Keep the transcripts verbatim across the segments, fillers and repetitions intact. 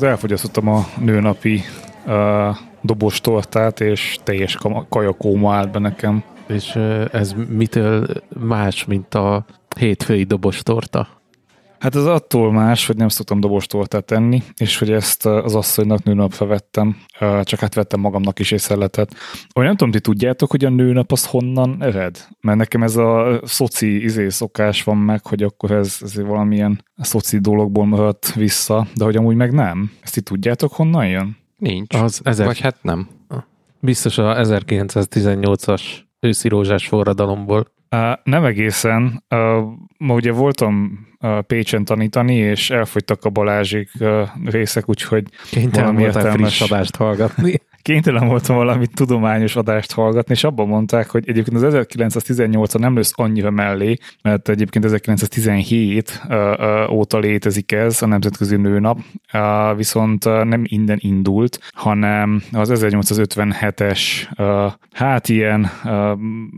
elfogyasztottam a nőnapi uh, dobostortát, és teljes kajakóma állt be nekem. És uh, ez mitől más, mint a hétfői dobostorta? Hát ez attól más, hogy nem szoktam dobostortát enni, és hogy ezt az asszonynak nőnapra vettem, csak hát vettem magamnak is észreletet. Olyan nem tudom, ti tudjátok, hogy a nőnap az honnan ered? Mert nekem ez a szoci izé szokás van meg, hogy akkor ez, ez valamilyen szoci dologból maradt vissza, de hogy amúgy meg nem. Ezt ti tudjátok, honnan jön? Nincs. Az ezer... Vagy hát nem. Biztos a ezerkilencszáztizennyolcas őszi rózsás forradalomból. Uh, nem egészen. Uh, ma ugye voltam uh, Pécsen tanítani, és elfogytak a Balázsék uh, részek, úgyhogy kénytelen voltál friss adást hallgatni. Kénytelen voltam valami tudományos adást hallgatni, és abban mondták, hogy egyébként az ezerkilencszáztizennyolcra nem lesz annyira mellé, mert egyébként ezerkilencszáztizenhét uh, uh, óta létezik ez, a Nemzetközi Nőnap, uh, viszont uh, nem innen indult, hanem az ezernyolcszázötvenhetes uh, hát ilyen uh,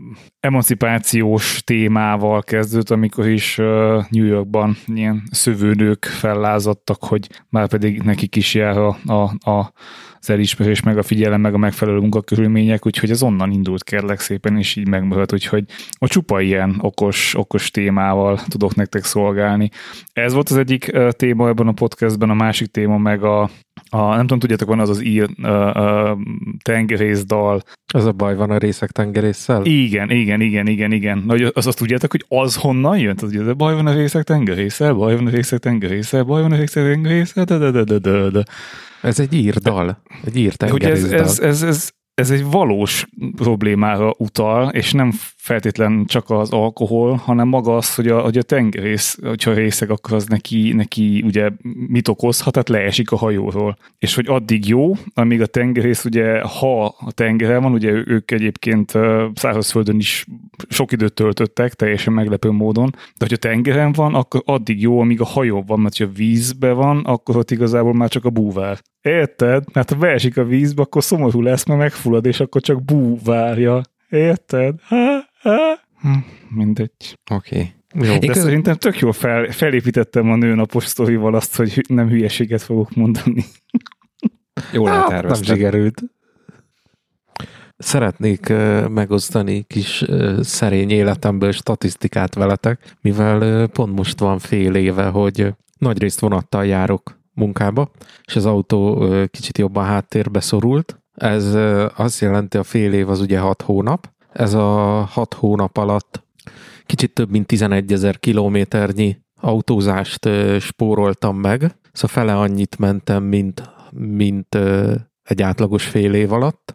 emancipációs témával kezdődött, amikor is uh, New Yorkban ilyen szövőnők fellázadtak, hogy már pedig nekik is jár a, a, a az elismerés, meg a figyelem, meg a megfelelő munkakörülmények, úgyhogy ez onnan indult kérlek szépen, és így megmaradt, úgyhogy a csupa ilyen okos, okos témával tudok nektek szolgálni. Ez volt az egyik uh, téma ebben a podcastben, a másik téma meg a, a nem tudom, tudjátok, van az az ír uh, uh, tengerészdal. Az a baj van a részek tengerésszel? Igen, igen, igen, igen, igen. Na, az azt tudjátok, hogy az honnan jön? Tehát, hogy baj van a részek tengerésszel, baj van a részek tengerésszel, baj van a részek tengerésszel, de, de, de, de, de, de. Ez egy ír dal, egy ír tengerészdal. Ez, ez, ez, ez, ez egy valós problémára utal, és nem feltétlen csak az alkohol, hanem maga az, hogy a, hogy a tengerész, hogyha részeg, akkor az neki, neki ugye mit okozhat, tehát leesik a hajóról. És hogy addig jó, amíg a tengerész ugye, ha a tengeren van, ugye ők egyébként szárazföldön is sok időt töltöttek, teljesen meglepő módon, de hogyha tengeren van, akkor addig jó, amíg a hajó van, mert ha vízbe van, akkor ott igazából már csak a búvár. Érted? Mert ha beesik a vízbe, akkor szomorú lesz, mert megfullad, és akkor csak búvárja. Érted? Ha, ha. Hm, mindegy. Oké. Okay. De köz... szerintem tök jól fel, felépítettem a nőnapos sztorival azt, hogy nem hülyeséget fogok mondani. Jól elterveztem. Nem sikerült. Szeretnék uh, megosztani kis uh, szerény életemből statisztikát veletek, mivel uh, pont most van fél éve, hogy uh, nagyrészt vonattal járok munkába, és az autó uh, kicsit jobban háttérbe szorult. Ez uh, azt jelenti, a fél év az ugye hat hónap. Ez a hat hónap alatt kicsit több mint tizenegyezer kilométernyi autózást uh, spóroltam meg. Szóval fele annyit mentem, mint, mint uh, egy átlagos fél év alatt.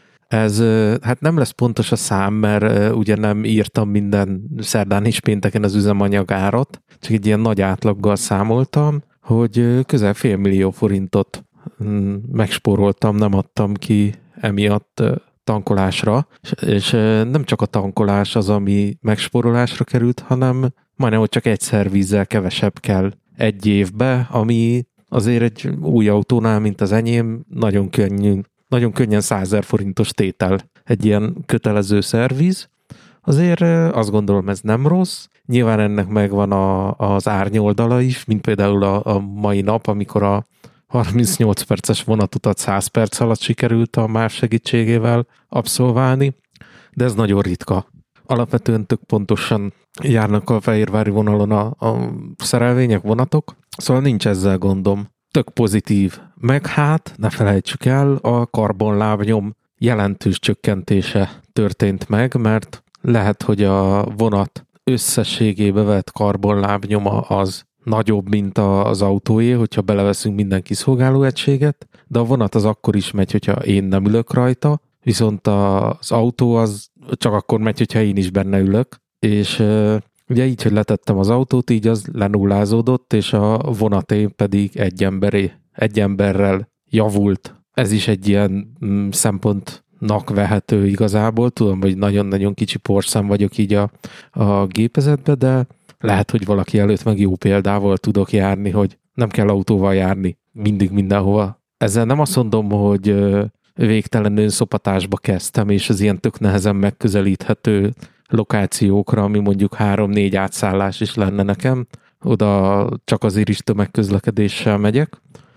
Ez hát nem lesz pontos a szám, mert ugye nem írtam minden szerdán és pénteken az üzemanyagárat, csak egy ilyen nagy átlaggal számoltam, hogy közel fél millió forintot megspóroltam, nem adtam ki emiatt tankolásra, és nem csak a tankolás az, ami megspórolásra került, hanem majdnem, hogy csak egy szervízzel kevesebb kell egy évbe, ami azért egy új autónál, mint az enyém, nagyon könnyű Nagyon könnyen százezer forintos tétel egy ilyen kötelező szerviz. Azért azt gondolom, ez nem rossz. Nyilván ennek megvan a, az árnyoldala is, mint például a, a mai nap, amikor a harmincnyolc perces vonatutat száz perc alatt sikerült a MÁV segítségével abszolválni, de ez nagyon ritka. Alapvetően tök pontosan járnak a fehérvári vonalon a, a szerelvények, vonatok, szóval nincs ezzel gondom. Tök pozitív. Meg hát, ne felejtsük el, a karbonlábnyom jelentős csökkentése történt meg, mert lehet, hogy a vonat összességébe vett karbonlábnyoma az nagyobb, mint az autóé, hogyha beleveszünk minden kiszolgáló egységet, de a vonat az akkor is megy, hogyha én nem ülök rajta, viszont az autó az csak akkor megy, hogyha én is benne ülök, és ugye így, hogy letettem az autót, így az lenullázódott, és a vonaté pedig egy emberé, egy emberrel javult. Ez is egy ilyen mm, szempontnak vehető igazából. Tudom, hogy nagyon-nagyon kicsi porszám vagyok így a, a gépezetbe, de lehet, hogy valaki előtt meg jó példával tudok járni, hogy nem kell autóval járni mindig mindenhova. Ezzel nem azt mondom, hogy végtelen önszopatásba kezdtem, és az ilyen tök nehezen megközelíthető lokációkra, ami mondjuk három-négy átszállás is lenne nekem, oda csak azért is tömegközlekedéssel megyek,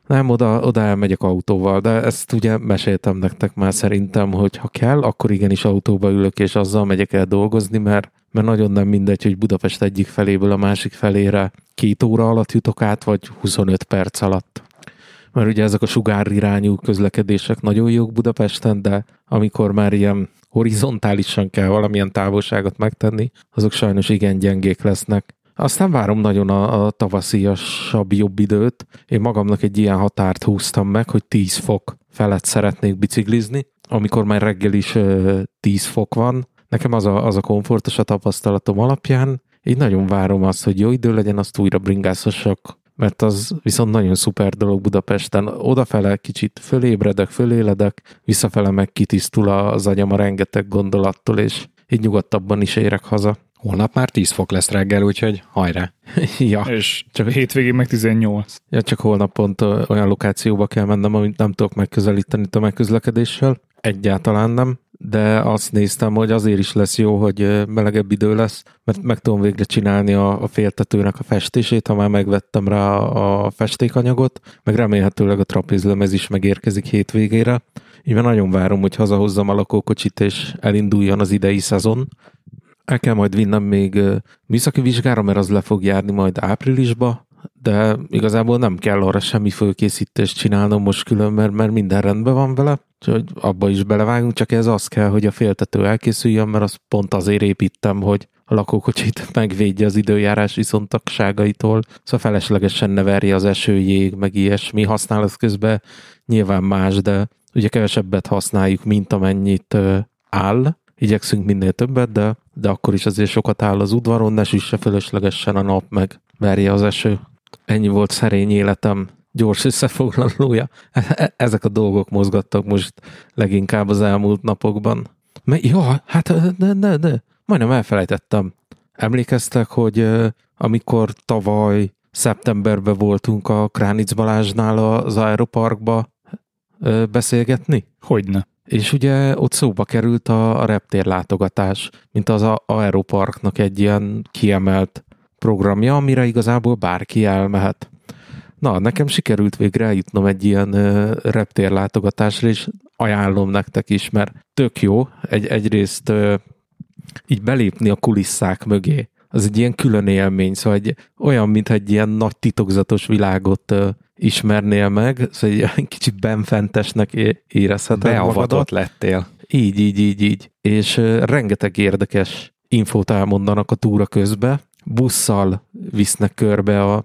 Nem, oda, oda elmegyek autóval, de ezt ugye meséltem nektek már szerintem, hogy ha kell, akkor igenis autóba ülök, és azzal megyek el dolgozni, mert, mert nagyon nem mindegy, hogy Budapest egyik feléből a másik felére két óra alatt jutok át, vagy huszonöt perc alatt. Mert ugye ezek a sugárirányú közlekedések nagyon jók Budapesten, de amikor már ilyen horizontálisan kell valamilyen távolságot megtenni, azok sajnos igen gyengék lesznek. Aztán várom nagyon a, a tavasziasabb jobb időt. Én magamnak egy ilyen határt húztam meg, hogy tíz fok felett szeretnék biciklizni, amikor már reggel is tíz fok van. Nekem az a, az a komfortos a tapasztalatom alapján. Így nagyon várom azt, hogy jó idő legyen, azt újra bringázhassak, mert az viszont nagyon szuper dolog Budapesten. Odafele kicsit fölébredek, föléledek, visszafele meg kitisztul az agyam a rengeteg gondolattól, és így nyugodtabban is érek haza. Holnap már tíz fok lesz reggel, úgyhogy hajrá. Ja. És csak a hétvégén meg tizennyolc. Ja, csak holnap pont olyan lokációba kell mennem, amit nem tudok megközelíteni tömegközlekedéssel. Egyáltalán nem. De azt néztem, hogy azért is lesz jó, hogy melegebb idő lesz, mert meg tudom végre csinálni a, a féltetőnek a festését, ha már megvettem rá a festékanyagot, meg remélhetőleg a trapézlemez is megérkezik hétvégére. Így nagyon várom, hogy hazahozzam a lakókocsit, és elinduljon az idei szezon. El kell majd vinnem még műszaki vizsgára, mert az le fog járni majd áprilisba, de igazából nem kell arra semmi fölkészítést csinálnom most külön, mert, mert minden rendben van vele, úgyhogy abba is belevágunk, csak ez az kell, hogy a féltető elkészüljön, mert azt pont azért építem, hogy a lakókocsit megvédje az időjárás viszontagságaitól, szóval feleslegesen ne verje az eső, jég, meg ilyesmi használat közben nyilván más, de ugye kevesebbet használjuk, mint amennyit áll, igyekszünk minél többet, de, de akkor is azért sokat áll az udvaron, ne süsse fölöslegesen a nap, meg verje az eső. Ennyi volt szerény életem gyors összefoglalója. Ezek a dolgok mozgattak most leginkább az elmúlt napokban. Mert, ja, hát de, de, de, majdnem elfelejtettem. Emlékeztek, hogy amikor tavaly szeptemberben voltunk a Kránic Balázsnál az Aeroparkba beszélgetni? Hogyne. És ugye ott szóba került a, a reptérlátogatás, mint az a Aeroparknak egy ilyen kiemelt programja, amire igazából bárki elmehet. Na, nekem sikerült végre eljutnom egy ilyen uh, reptérlátogatásra, és ajánlom nektek is, mert tök jó egy, egyrészt uh, így belépni a kulisszák mögé. Az egy ilyen külön élmény, szóval egy, olyan, mintha egy ilyen nagy titokzatos világot uh, ismernél meg, szóval egy kicsit benfentesnek érezheted Beavatott magadat. lettél. Így, így, így, így. És uh, rengeteg érdekes infót elmondanak a túra közben. Busszal visznek körbe a,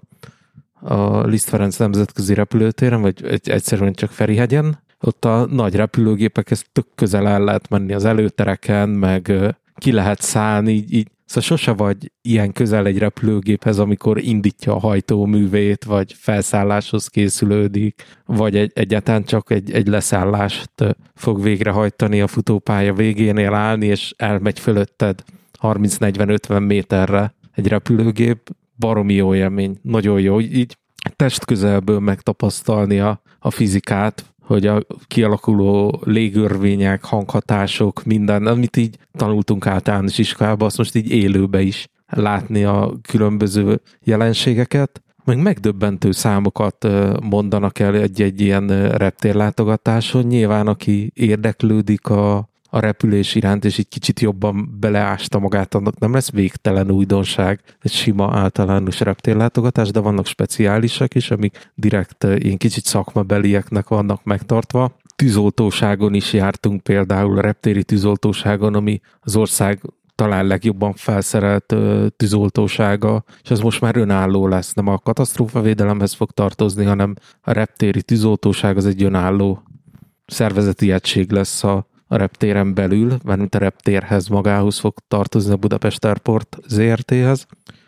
a Liszt Ferenc nemzetközi repülőtéren, vagy egy, egyszerűen csak Ferihegyen. Ott a nagy repülőgépekhez tök közel el lehet menni az előtereken, meg uh, ki lehet szállni, így, így. Szóval sose vagy ilyen közel egy repülőgéphez, amikor indítja a hajtóművét, vagy felszálláshoz készülődik, vagy egy, egyáltalán csak egy, egy leszállást fog végrehajtani a futópálya végénél állni, és elmegy fölötted harminc-negyven-ötven méterre egy repülőgép. Baromi jó élmény, nagyon jó. Így testközelből megtapasztalni a, a fizikát, hogy a kialakuló légörvények, hanghatások, minden, amit így tanultunk általános iskolában, azt most így élőbe is látni a különböző jelenségeket, meg megdöbbentő számokat mondanak el egy-egy ilyen reptérlátogatáson. Nyilván, aki érdeklődik a, a repülés iránt, és így kicsit jobban beleásta magát, annak nem lesz végtelen újdonság, egy sima általános reptérlátogatás, de vannak speciálisak is, amik direkt ilyen kicsit szakmabelieknek vannak megtartva. Tűzoltóságon is jártunk például, a reptéri tűzoltóságon, ami az ország talán legjobban felszerelt tűzoltósága, és ez most már önálló lesz, nem a katasztrófavédelemhez fog tartozni, hanem a reptéri tűzoltóság az egy önálló szervezeti egység lesz a a reptéren belül, mert a reptérhez magához fog tartozni a Budapest Airport zé er té-hez.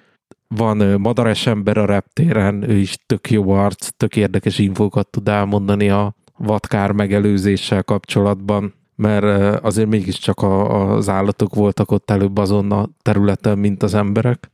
Van madares ember a reptéren, ő is tök jó arc, tök érdekes infókat tud elmondani a vadkár megelőzéssel kapcsolatban, mert azért mégiscsak a, az állatok voltak ott előbb azon a területen, mint az emberek.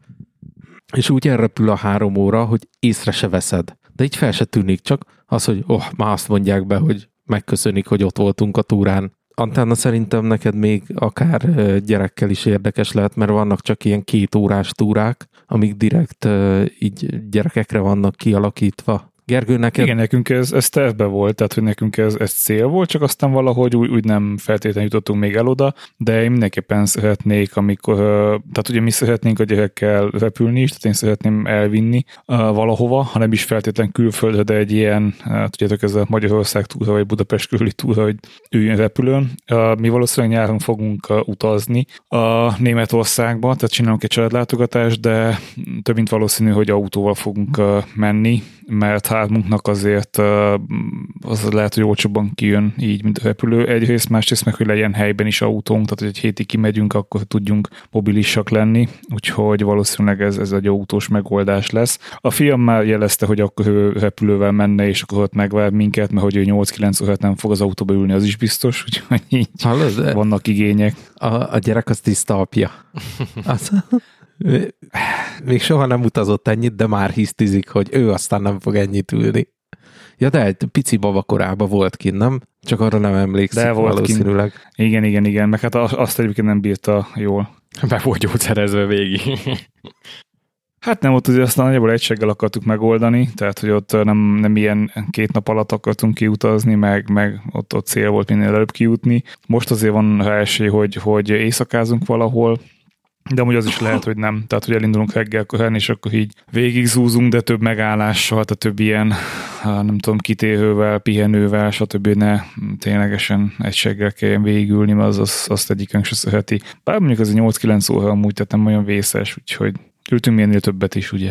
És úgy elrepül a három óra, hogy észre se veszed. De így fel se tűnik, csak az, hogy oh, már azt mondják be, hogy megköszönik, hogy ott voltunk a túrán. Antána szerintem neked még akár gyerekkel is érdekes lehet, mert vannak csak ilyen két órás túrák, amik direkt így gyerekekre vannak kialakítva. Gergő, neked? Igen, nekünk ez, ez tervbe volt, tehát hogy nekünk ez, ez cél volt, csak aztán valahogy úgy, úgy nem feltétlenül jutottunk még el oda, de én mindenképpen szeretnék, amikor, tehát ugye mi szeretnénk a gyerekkel repülni is, tehát én szeretném elvinni uh, valahova, ha nem is feltétlenül külföldre, de egy ilyen, uh, tudjátok, ez a Magyarország túra, vagy Budapest körüli túra, hogy üljön repülőn. Uh, mi valószínűleg nyáron fogunk uh, utazni a Németországba, tehát csinálunk egy családlátogatást, de több mint valószínű, hogy autóval fogunk uh, menni, mert hármunknak azért uh, az lehet, hogy olcsóbban kijön így, mint a repülő. Egyrészt, másrészt meg, hogy legyen helyben is autónk, tehát hogy egy hétig kimegyünk, akkor tudjunk mobilisak lenni, úgyhogy valószínűleg ez, ez egy autós megoldás lesz. A fiam már jelezte, hogy akkor ő repülővel menne, és akkor ott megvár minket, mert hogy ő nyolc-kilenc órát nem fog az autóba ülni, az is biztos, úgyhogy így Hallod, vannak igények. A, a gyerek az tiszta apja. Az, még soha nem utazott ennyit, de már hisztizik, hogy ő aztán nem fog ennyit ülni. Ja, de egy pici babakorában volt kint, nem? Csak arra nem emlékszik de valószínűleg. Kint. Igen, igen, igen. Meg hát azt egyébként nem bírta jól. Be volt gyógyszerezve végig. Hát nem, ott ugye aztán nagyjából egységgel akartuk megoldani, tehát hogy ott nem, nem ilyen két nap alatt akartunk kiutazni, meg, meg ott, ott cél volt minél előbb kijutni. Most azért van rá esély, hogy, hogy éjszakázunk valahol, de amúgy az is lehet, hogy nem. Tehát, hogy elindulunk reggel korán, és akkor így végigzúzunk, de több megállással, tehát több ilyen, nem tudom, kitérővel, pihenővel, stb. Ne ténylegesen egységgel kelljen végigülni, mert az, az, azt egyikünk se szereti. Bár mondjuk az nyolc-kilenc óra amúgy, tehát nem olyan vészes, úgyhogy ültünk ennél többet is, ugye?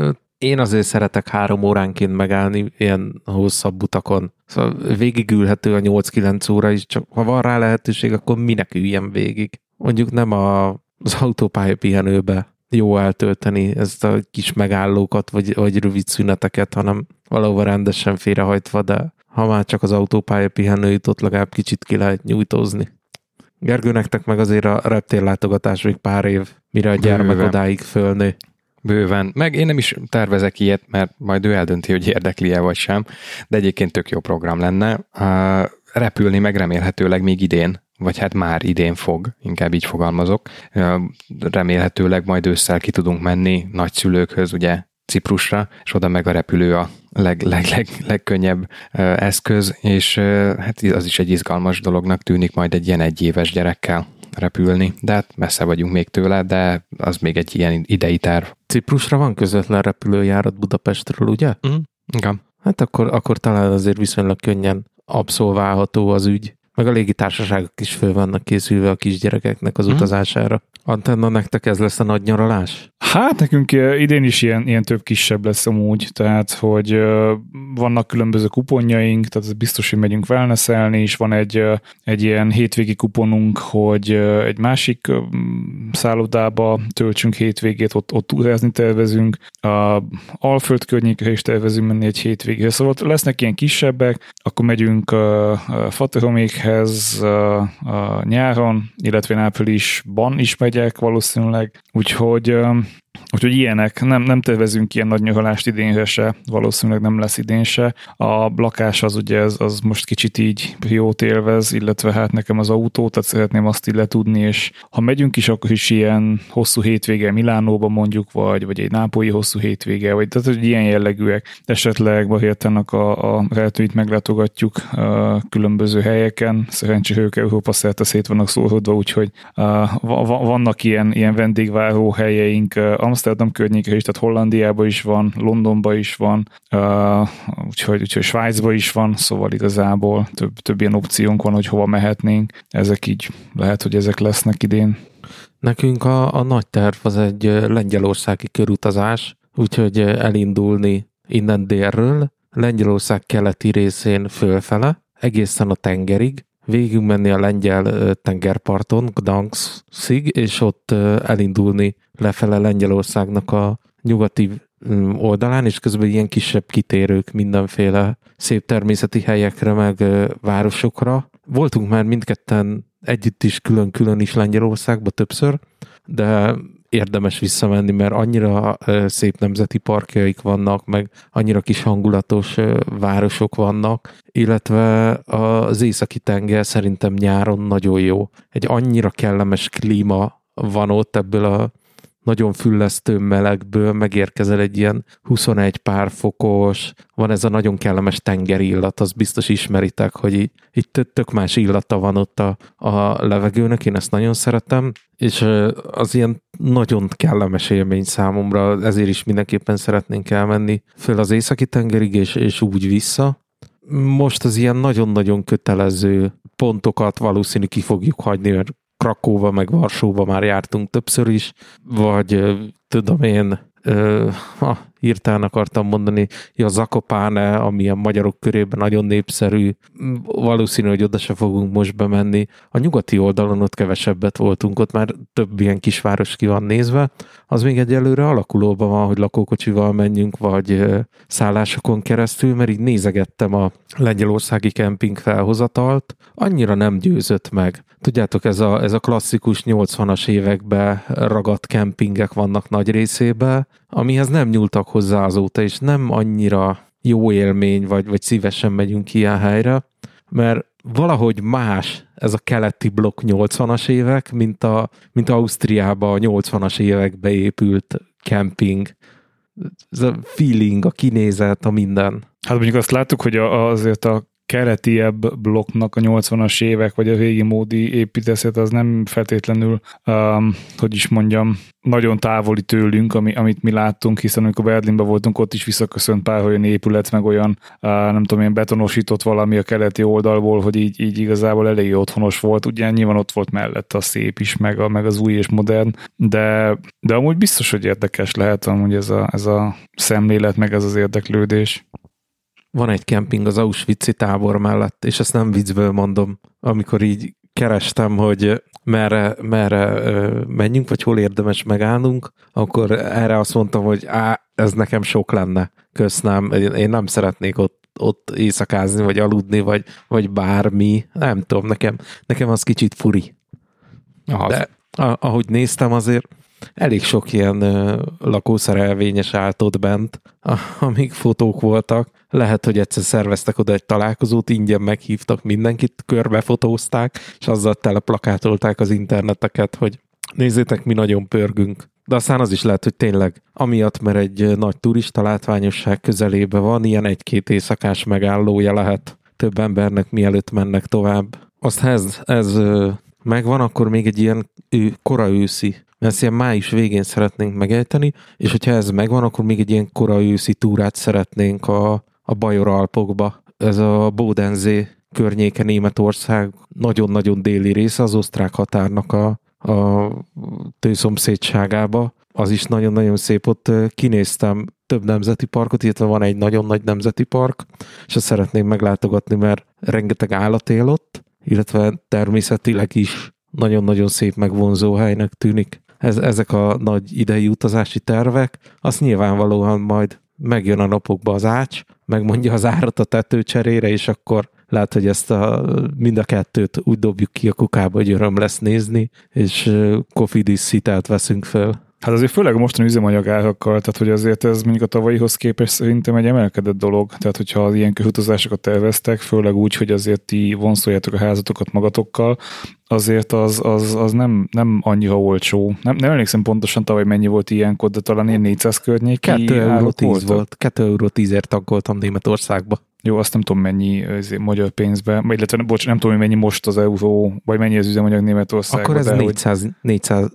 Én azért szeretek három óránként megállni ilyen hosszabb utakon. Szóval végigülhető a nyolc-kilenc óra is, csak ha van rá lehetőség, akkor minek üljem végig. Mondjuk nem a az autópálya pihenőbe jó eltölteni ezt a kis megállókat, vagy, vagy rövid szüneteket, hanem valahova rendesen félrehajtva, de ha már csak az autópálya pihenőit, ott legalább kicsit ki lehet nyújtózni. Gergő, nektek meg azért a reptérlátogatás még pár év, mire a gyermek Bőven. Odáig fölnő. Bőven. Meg én nem is tervezek ilyet, mert majd ő eldönti, hogy érdekli-e vagy sem, de egyébként tök jó program lenne. Uh, repülni meg remélhetőleg még idén, vagy hát már idén fog, inkább így fogalmazok. Remélhetőleg majd ősszel ki tudunk menni nagyszülőkhöz, ugye Ciprusra, és oda meg a repülő a leg, leg, leg, legkönnyebb eszköz, és hát az is egy izgalmas dolognak tűnik majd egy ilyen egyéves gyerekkel repülni, de hát messze vagyunk még tőle, de az még egy ilyen idei terv. Ciprusra van közvetlen repülőjárat Budapestről, ugye? Mm, igen. Hát akkor, akkor talán azért viszonylag könnyen abszolválható az ügy. Meg a légitársaságok is föl vannak készülve a kisgyerekeknek az hmm. utazására. Antenna, nektek ez lesz a nagy nyaralás? Hát nekünk idén is ilyen, ilyen több kisebb lesz amúgy, tehát hogy vannak különböző kuponjaink, tehát ez biztos, hogy megyünk wellnesselni, és van egy, egy ilyen hétvégi kuponunk, hogy egy másik szállodába töltsünk hétvégét, ott, ott túrázni tervezünk, a Alföld környékre is tervezünk menni egy hétvégére, szóval lesznek ilyen kisebbek, akkor megyünk a, a Fateromékhez a, a nyáron, illetve áprilisban is megyek valószínűleg, úgyhogy Úgyhogy ilyenek, nem, nem tervezünk ilyen nagy nyaralást idénre se, valószínűleg nem lesz idén se. A lakás az ugye az, az most kicsit így jót élvez, illetve hát nekem az autó, tehát szeretném azt így letudni, és ha megyünk is, akkor is ilyen hosszú hétvége Milánóba mondjuk, vagy, vagy egy nápolyi hosszú hétvége, vagy tehát hogy ilyen jellegűek. Esetleg Bahértának a, a lehetőit meglátogatjuk a különböző helyeken, szerencsére ők Európa szerte szét vannak szórodva, úgyhogy a, vannak ilyen, ilyen vendégváró helyeink Amsterdam környéke is, tehát Hollandiában is van, Londonban is van, uh, úgyhogy, úgyhogy Svájcban is van, szóval igazából több, több ilyen opciónk van, hogy hova mehetnénk. Ezek így lehet, hogy ezek lesznek idén. Nekünk a, a nagy terv az egy lengyelországi körutazás, úgyhogy elindulni innen délről, Lengyelország keleti részén fölfele, egészen a tengerig, végig menni a lengyel tengerparton, Gdanskig, és ott elindulni lefele Lengyelországnak a nyugati oldalán, és közben ilyen kisebb kitérők mindenféle szép természeti helyekre, meg városokra. Voltunk már mindketten együtt is, külön-külön is Lengyelországba többször, de érdemes visszamenni, mert annyira szép nemzeti parkjaik vannak, meg annyira kis hangulatos városok vannak, illetve az északi tenger szerintem nyáron nagyon jó. Egy annyira kellemes klíma van ott ebből a nagyon füllesztő melegből megérkezel egy ilyen huszonegy pár fokos, van ez a nagyon kellemes tengeri illat, az biztos ismeritek, hogy így, így tök más illata van ott a, a levegőnek, én ezt nagyon szeretem, és az ilyen nagyon kellemes élmény számomra, ezért is mindenképpen szeretnénk elmenni föl az északi tengerig, és, és úgy vissza. Most az ilyen nagyon-nagyon kötelező pontokat valószínű ki fogjuk hagyni, mert Krakóba meg Varsóba már jártunk többször is, vagy tudom én, ö, ha, hirtelen akartam mondani, ja, Zakopane, ami a magyarok körében nagyon népszerű, valószínű, hogy oda se fogunk most bemenni. A nyugati oldalon ott kevesebbet voltunk, ott már több ilyen kisváros ki van nézve, az még egyelőre alakulóban van, hogy lakókocsival menjünk, vagy szállásokon keresztül, mert így nézegettem a lengyelországi kemping felhozatalt, annyira nem győzött meg. Tudjátok, ez a, ez a klasszikus nyolcvanas években ragadt kempingek vannak nagy részében, amihez nem nyúltak hozzá azóta, és nem annyira jó élmény, vagy, vagy szívesen megyünk ilyen helyre, mert valahogy más ez a keleti blokk nyolcvanas évek, mint, a, mint Ausztriában a nyolcvanas évekbe épült kemping. Ez a feeling, a kinézet, a minden. Hát mondjuk azt láttuk, hogy a, azért a keletiebb blokknak a nyolcvanas évek, vagy a régi módi építészet az nem feltétlenül, um, hogy is mondjam, nagyon távoli tőlünk, ami, amit mi láttunk, hiszen amikor Berlinben voltunk, ott is visszaköszönt pár olyan épület, meg olyan, uh, nem tudom én, betonosított valami a keleti oldalból, hogy így, így igazából elég otthonos volt. Ugye nyilván ott volt mellette a szép is, meg, a, meg az új és modern, de, de amúgy biztos, hogy érdekes lehet amúgy ez a, ez a szemlélet, meg ez az érdeklődés. Van egy kemping az Auschwitz-i tábor mellett, és ezt nem viccből mondom, amikor így kerestem, hogy merre, merre menjünk, vagy hol érdemes megállnunk, akkor erre azt mondtam, hogy á, ez nekem sok lenne, köszönöm, én nem szeretnék ott, ott éjszakázni, vagy aludni, vagy, vagy bármi, nem tudom, nekem, nekem az kicsit furi. Aha. De ahogy néztem, azért elég sok ilyen uh, lakószerelvényes állt ott bent, amíg fotók voltak. Lehet, hogy egyszer szerveztek oda egy találkozót, ingyen meghívtak mindenkit, körbefotózták, és azzal teleplakátolták az interneteket, hogy nézzétek, mi nagyon pörgünk. De aztán az is lehet, hogy tényleg amiatt, mert egy nagy turista látványosság közelébe van, ilyen egy-két éjszakás megállója lehet több embernek, mielőtt mennek tovább. Azt ha ez, ez megvan, akkor még egy ilyen kora őszi, mert ezt ilyen május végén szeretnénk megejteni, és hogyha ez megvan, akkor még egy ilyen kora őszi túrát szeretnénk a, a Bajor-Alpokba. Ez a Bodensee környéke, Németország nagyon-nagyon déli része, az osztrák határnak a, a tőszomszédságába. Az is nagyon-nagyon szép. Ott kinéztem több nemzeti parkot, illetve van egy nagyon nagy nemzeti park, és azt szeretném meglátogatni, mert rengeteg állat él ott, illetve természetileg is nagyon-nagyon szép megvonzó helynek tűnik. Ez, ezek a nagy idei utazási tervek, azt nyilvánvalóan majd megjön a napokba az ács, megmondja az árat a tetőcserére, és akkor lehet, hogy ezt a, mind a kettőt úgy dobjuk ki a kukába, hogy öröm lesz nézni, és Cofidis hitelt veszünk föl. Hát azért főleg a mostani üzemanyagárakkal, tehát hogy azért ez mondjuk a tavalyihoz képest szerintem egy emelkedett dolog, tehát hogyha az ilyen körutazásokat terveztek, főleg úgy, hogy azért ti vonszoljátok a házatokat magatokkal, azért az, az, az nem, nem annyira olcsó. Nem, nem emlékszem pontosan tavaly mennyi volt ilyenkor, de talán ilyen négyszáz környéki kettő euró tíz volt. kettő euró tízért tankoltam Németországba. Jó, azt nem tudom mennyi magyar pénzbe, illetve bocs, nem tudom, hogy mennyi most az euró, vagy mennyi az üzemanyag Németországban. Akkor ez négyszáz, hogy... négyszáz,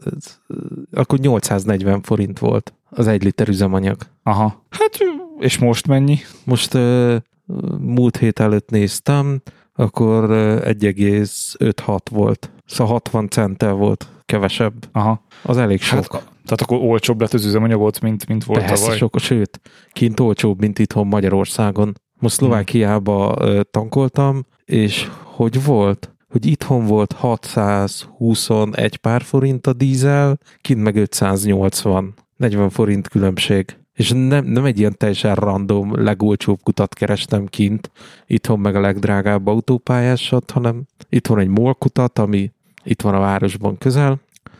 akkor nyolcszáznegyven forint volt az egy liter üzemanyag. Aha. Hát, és most mennyi? Most uh, múlt hét előtt néztem, akkor uh, egy egész ötvenhat volt. Szóval hatvan centtel volt kevesebb. Aha. Az elég sok. Hát, tehát akkor olcsóbb lett az üzemanyagot, mint, mint volt Persze, tavaly? Sok, sőt, kint olcsóbb, mint itthon Magyarországon. Most Szlovákiába hmm. tankoltam, és hogy volt? Hogy itthon volt hatszázhuszonegy pár forint a dízel, kint meg ötszáznyolcvan, negyven forint különbség. És nem, nem egy ilyen teljesen random, legolcsóbb kutat kerestem kint, itthon meg a legdrágább autópályásat, hanem itthon egy MOL kutat, ami itt van a városban közel,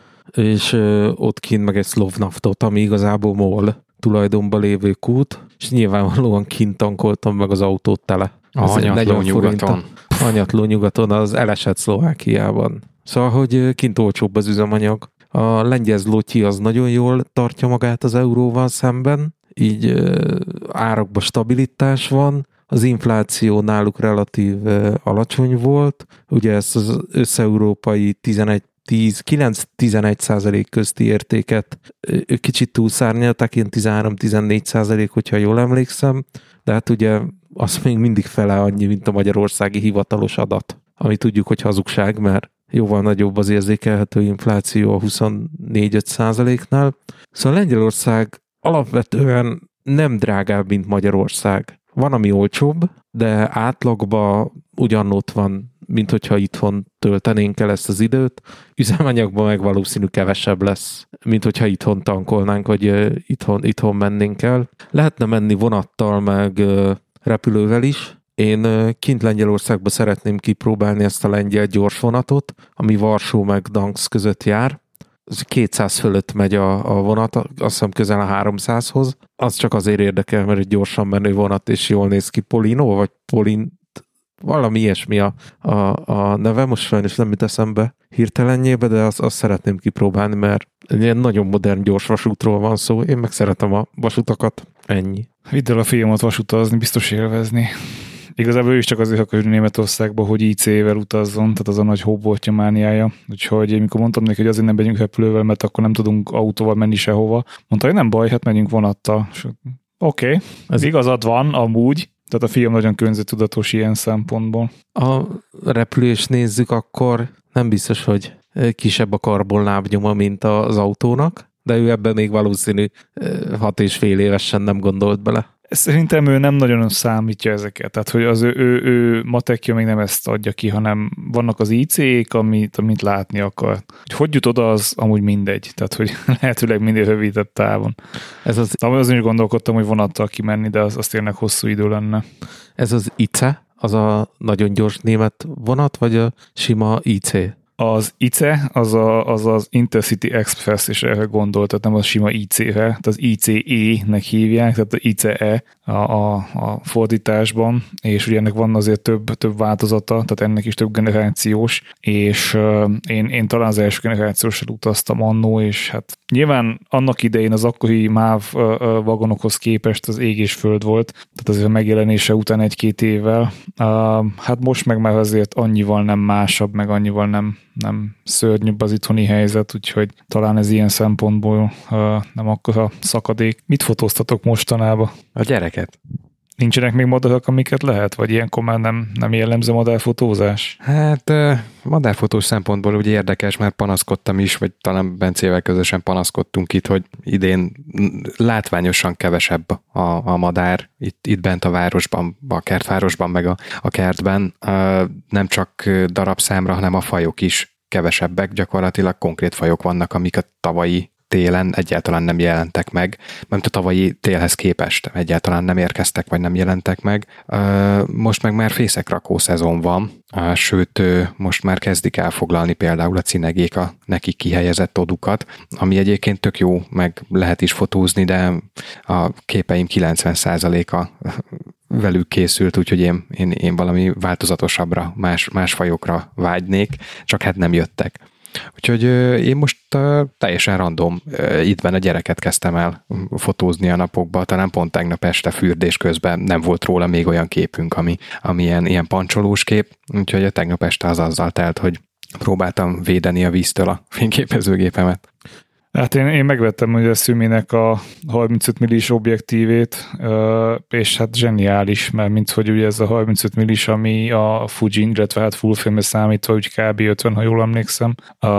és ö, ott kint meg egy Slovnaftot, ami igazából MOL tulajdonban lévő kút, és nyilvánvalóan kint tankoltam meg az autót tele. Hanyatló nyugaton. Hanyatló nyugaton, az elesett Szlovákiában. Szóval, hogy kint olcsóbb az üzemanyag. A lengyel zloty az nagyon jól tartja magát az euróval szemben, így árakban stabilitás van, az infláció náluk relatív alacsony volt, ugye ezt az összeurópai tizenegy kilenc-tizenegy százalék közti értéket ők kicsit túlszárnyalták, ilyen tizenhárom-tizennégy százalék, hogyha jól emlékszem, de hát ugye az még mindig fele annyi, mint a magyarországi hivatalos adat, ami tudjuk, hogy hazugság, mert jóval nagyobb az érzékelhető infláció a huszonnégy-öt százaléknál. Szóval Lengyelország alapvetően nem drágább, mint Magyarország. Van, ami olcsóbb, de átlagban ugyanott van, mint hogyha itthon töltenénk el ezt az időt. Üzemanyagban meg valószínű kevesebb lesz, mint hogyha itthon tankolnánk, vagy itthon, itthon mennénk el. Lehetne menni vonattal, meg repülővel is. Én kint Lengyelországban szeretném kipróbálni ezt a lengyel gyorsvonatot, ami Varsó meg Gdańsk között jár. kétszáz fölött megy a, a vonat, azt hiszem közel a háromszázhoz. Az csak azért érdekel, mert egy gyorsan menő vonat, és jól néz ki. Polino, vagy Polin, valami ilyesmi a, a, a neve, most sajnos nem jut eszembe hirtelenjébe, de azt, azt szeretném kipróbálni, mert ilyen nagyon modern gyors vasútról van szó. Én meg szeretem a vasutakat. Ennyi. Vidd el a fiamat vasutazni, biztos élvezni. Igazából ő is csak azért akar Németországba, hogy í cé-vel utazzon, tehát az a nagy hóboltja mániája. Úgyhogy amikor mondtam neki, hogy azért nem megyünk repülővel, mert akkor nem tudunk autóval menni sehova, mondta, hogy nem baj, hát megyünk vonattal. Oké, okay, ez igazad van amúgy, tehát a fiam nagyon környezettudatos ilyen szempontból. A repülést nézzük, akkor nem biztos, hogy kisebb a karbonlábnyoma, mint az autónak, de ő ebben még valószínű hat és fél évesen nem gondolt bele. Szerintem ő nem nagyon számítja ezeket, tehát hogy az ő, ő, ő matekja még nem ezt adja ki, hanem vannak az í cé-k, amit, amit látni akar. Hogy hogy jut oda, az amúgy mindegy, tehát hogy lehetőleg minél rövidebb távon. Ez az... Azon is gondolkodtam, hogy vonattal kimenni, de az, az tényleg hosszú idő lenne. Ez az í cé, az a nagyon gyors német vonat, vagy a sima í cé? Az í cé, az, a, az az Intercity Express, és erre gondolt, tehát nem az sima í cé-re, tehát az í cé é-nek hívják, tehát az í cé é a, a, a fordításban, és ugye ennek van azért több, több változata, tehát ennek is több generációs, és uh, én, én talán az első generációsra utaztam annó, és hát nyilván annak idején az akkori MÁV uh, uh, vagonokhoz képest az ég és föld volt, tehát azért a megjelenése után egy-két évvel. Uh, hát most meg már azért annyival nem másabb, meg annyival nem nem szörnyűbb az itthoni helyzet, úgyhogy talán ez ilyen szempontból uh, nem akkora szakadék. Mit fotóztatok mostanában? A gyereket. Nincsenek még madarak, amiket lehet? Vagy ilyenkor már nem, nem jellemző madárfotózás? Hát madárfotós szempontból ugye érdekes, mert panaszkodtam is, vagy talán Bencével közösen panaszkodtunk itt, hogy idén látványosan kevesebb a, a madár itt, itt bent a városban, a kertvárosban, meg a, a kertben. Nem csak darabszámra, hanem a fajok is kevesebbek. Gyakorlatilag konkrét fajok vannak, amik a tavalyi télen egyáltalán nem jelentek meg, mert a tavalyi télhez képest egyáltalán nem érkeztek, vagy nem jelentek meg. Most meg már fészekrakó szezon van, sőt, most már kezdik elfoglalni például a cinegék a nekik kihelyezett odukat, ami egyébként tök jó, meg lehet is fotózni, de a képeim kilencven százaléka velük készült, úgyhogy én, én, én valami változatosabbra, más, más fajokra vágynék, csak hát nem jöttek. Úgyhogy én most teljesen random ittben a gyereket kezdtem el fotózni a napokban, talán pont tegnap este fürdés közben nem volt róla még olyan képünk, ami, ami ilyen, ilyen pancsolós kép, úgyhogy a tegnap este az azzal telt, hogy próbáltam védeni a víztől a fényképezőgépemet. Hát én, én megvettem ugye a Suminek a harmincöt millis objektívét, és hát zseniális, mert mint hogy ugye ez a harmincöt millis, ami a Fuji, illetve hát full frame-re számítva, úgy kb. ötven, ha jól emlékszem,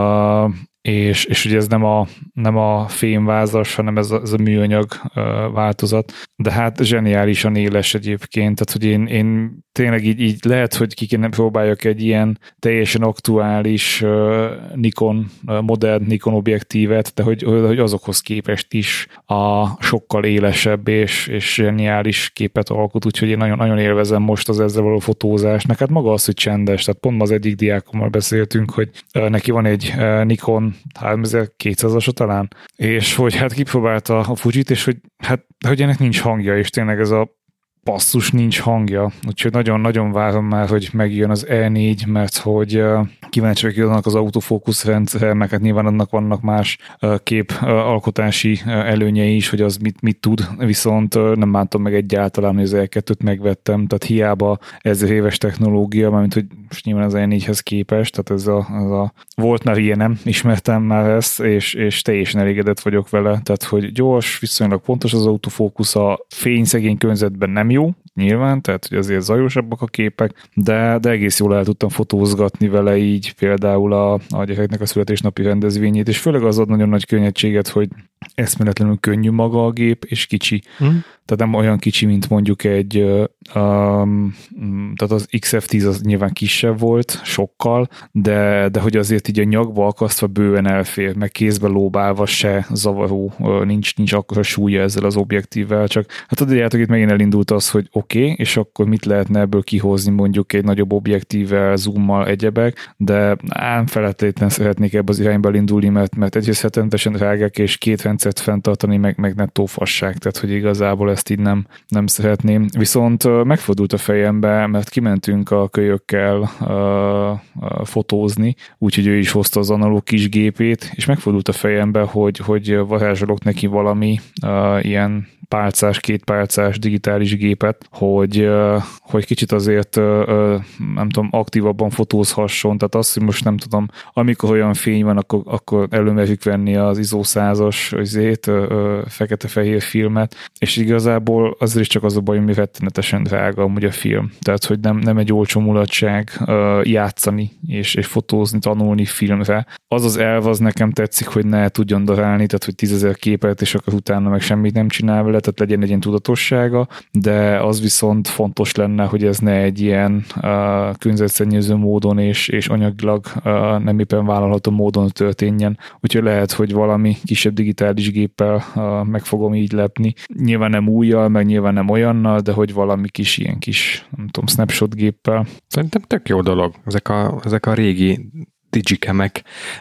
és, és ugye ez nem a, nem a fémvázas, hanem ez a, ez a műanyag változat, de hát zseniálisan éles egyébként, tehát hogy én, én tényleg így, így lehet, hogy ki kéne próbáljak egy ilyen teljesen aktuális Nikon, modern Nikon objektívet, de hogy, hogy azokhoz képest is a sokkal élesebb és, és zseniális képet alkot, úgyhogy én nagyon, nagyon élvezem most az ezzel való fotózást. Neked maga az, hogy csendes, tehát pont az egyik diákommal beszéltünk, hogy neki van egy Nikon háromezerkétszázas talán, és hogy hát kipróbálta a Fujit, és hogy hát hogy ennek nincs hangja, és tényleg ez a basszus, nincs hangja, úgyhogy nagyon-nagyon várom már, hogy megjön az E négy, mert hogy kíváncsi vagyok annak az autofókusz rendszer, meg hát nyilván annak vannak más kép alkotási előnyei is, hogy az mit, mit tud, viszont nem bántam meg egyáltalán, hogy az E kettőt megvettem, tehát hiába ezer éves technológia, mármint hogy most nyilván az E négyhez képest, tehát ez a, ez a volt már ilyen, nem ismertem már ezt, és, és teljesen elégedett vagyok vele, tehát hogy gyors, viszonylag pontos az autofókusz, a fényszegény környezetben nem jó, nyilván, tehát hogy azért zajosabbak a képek, de, de egész jól el tudtam fotózgatni vele így például a, a gyereknek a születésnapi rendezvényét, és főleg az ad nagyon nagy könnyedséget, hogy eszméletlenül könnyű maga a gép, és kicsi. Hmm. Tehát nem olyan kicsi, mint mondjuk egy, um, tehát az iksz ef tíz az nyilván kisebb volt, sokkal, de, de hogy azért így a nyakba akasztva bőven elfér, meg kézbe lóbálva se zavaró, nincs, nincs akkora súlya ezzel az objektívvel, csak hát tudjátok, itt megint elindult az, hogy oké, okay, és akkor mit lehetne ebből kihozni mondjuk egy nagyobb objektívvel, zoommal, egyebek, de ám feltétlenül szeretnék ebbe az irányba elindulni, mert, mert egyrészt hetentesen drágák, és két rendszert fenntartani, meg, meg nettó fasság, tehát hogy igazából ezt így nem, nem szeretném. Viszont megfordult a fejembe, mert kimentünk a kölyökkel uh, uh, fotózni, úgyhogy ő is hozta az analóg kis gépét, és megfordult a fejembe, hogy, hogy varázsolok neki valami uh, ilyen pálcás, két pálcás digitális gépet, hogy, uh, hogy kicsit azért uh, nem tudom, aktívabban fotózhasson, tehát azt, hogy most nem tudom, amikor olyan fény van, akkor, akkor előmerjük venni az ISO százas azért, uh, fekete-fehér filmet, és igazából azért is csak az a baj, hogy rettenetesen drága amúgy a film. Tehát, hogy nem, nem egy olcsó mulatság uh, játszani és, és fotózni, tanulni filmre. Az az elv, az nekem tetszik, hogy ne tudjon darálni, tehát, hogy tízezer képet, és akkor utána meg semmit nem csinál vele, tehát legyen egy ilyen tudatossága, de az viszont fontos lenne, hogy ez ne egy ilyen uh, környezetszennyező módon és, és anyagilag uh, nem éppen vállalható módon történjen. Úgyhogy lehet, hogy valami kisebb digitális géppel uh, meg fogom így lepni. Nyilván nem újjal, meg nyilván nem olyannal, de hogy valami kis ilyen kis, nem tudom, snapshot géppel. Szerintem tök jó dolog. Ezek a, ezek a régi digikemek,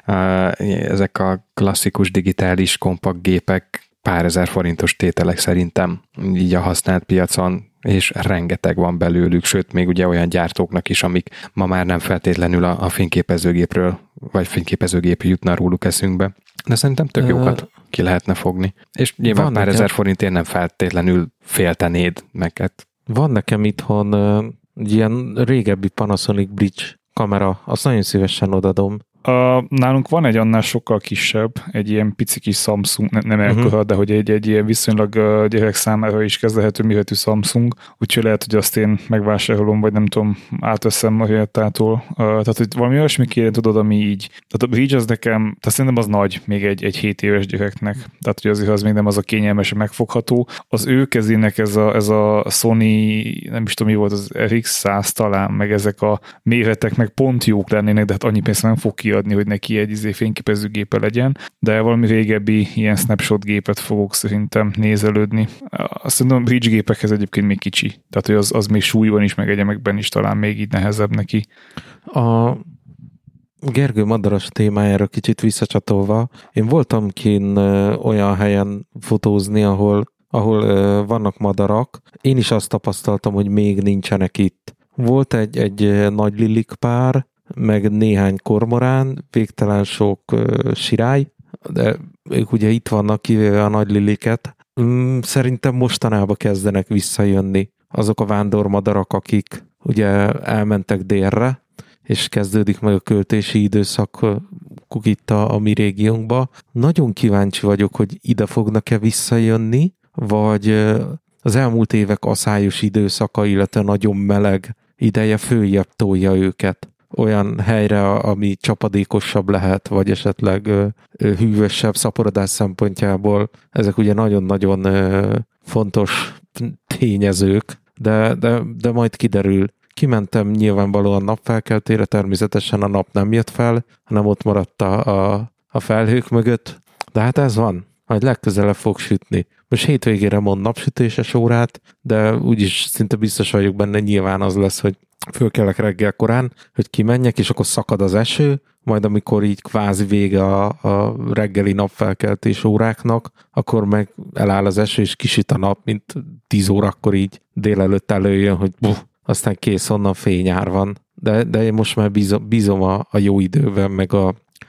ezek a klasszikus digitális kompakt gépek pár ezer forintos tételek szerintem így a használt piacon, és rengeteg van belőlük, sőt, még ugye olyan gyártóknak is, amik ma már nem feltétlenül a, a fényképezőgépről, vagy fényképezőgép jutna róluk eszünkbe. De szerintem tök jókat ki lehetne fogni. És nyilván van pár nekem, ezer forintért nem feltétlenül féltenéd meg. Van nekem itthon uh, ilyen régebbi Panasonic Bridge kamera, azt nagyon szívesen odadom. Uh, nálunk van egy annál sokkal kisebb, egy ilyen pici kis Samsung, ne, nem elkora, uh-huh. de hogy egy, egy ilyen viszonylag uh, gyerek számára is kezelhető méretű Samsung, úgyhogy lehet, hogy azt én megvásárolom, vagy nem tudom, átveszem Mariattától. Uh, tehát, hogy valami olyasmi kéne, tudod, ami így. Tehát a Bridge az nekem, tehát szerintem az nagy, még egy, egy hét éves gyereknek. Tehát, hogy azért az még nem az a kényelmesen megfogható. Az ő kezének ez a, ez a Sony, nem is tudom, mi volt, az er iksz száz talán, meg ezek a méretek meg pont jók lennének, de hát annyi pénzt nem fog ki adni, hogy neki egy izé fényképezőgépe legyen, de valami régebbi ilyen snapshot gépet fogok szerintem nézelődni. Azt mondom, a Bridge gépekhez egyébként még kicsi, tehát hogy az, az még súlyban is, meg egyemekben is talán még így nehezebb neki. A Gergő madaras témájára kicsit visszacsatolva, én voltam kint olyan helyen fotózni, ahol, ahol vannak madarak. Én is azt tapasztaltam, hogy még nincsenek itt. Volt egy, egy nagy lilik pár, meg néhány kormorán, végtelen sok uh, sirály, de ők ugye itt vannak, kivéve a nagy liliket. Mm, szerintem mostanában kezdenek visszajönni azok a vándormadarak, akik ugye elmentek délre, és kezdődik meg a költési időszak itt a, a mi régiónkba. Nagyon kíváncsi vagyok, hogy ide fognak-e visszajönni, vagy az elmúlt évek aszályos időszaka, illetve nagyon meleg ideje följebb tolja őket olyan helyre, ami csapadékosabb lehet, vagy esetleg ö, ö, hűvösebb szaporodás szempontjából. Ezek ugye nagyon-nagyon ö, fontos tényezők, de, de, de majd kiderül. Kimentem nyilvánvalóan napfelkeltére, természetesen a nap nem jött fel, hanem ott maradt a, a, a felhők mögött. De hát ez van. majd legközelebb fog sütni. Most hétvégére mond napsütéses órát, de úgyis szinte biztos vagyok benne, nyilván az lesz, hogy fölkelek reggel korán, hogy kimenjek, és akkor szakad az eső, majd amikor így kvázi vége a, a reggeli napfelkeltés óráknak, akkor meg eláll az eső, és kisüt a nap, mint tíz órakor így délelőtt előjön, hogy buh, aztán kész, onnan fényár van. De, de én most már bízom, bízom a, a jó időben, meg a,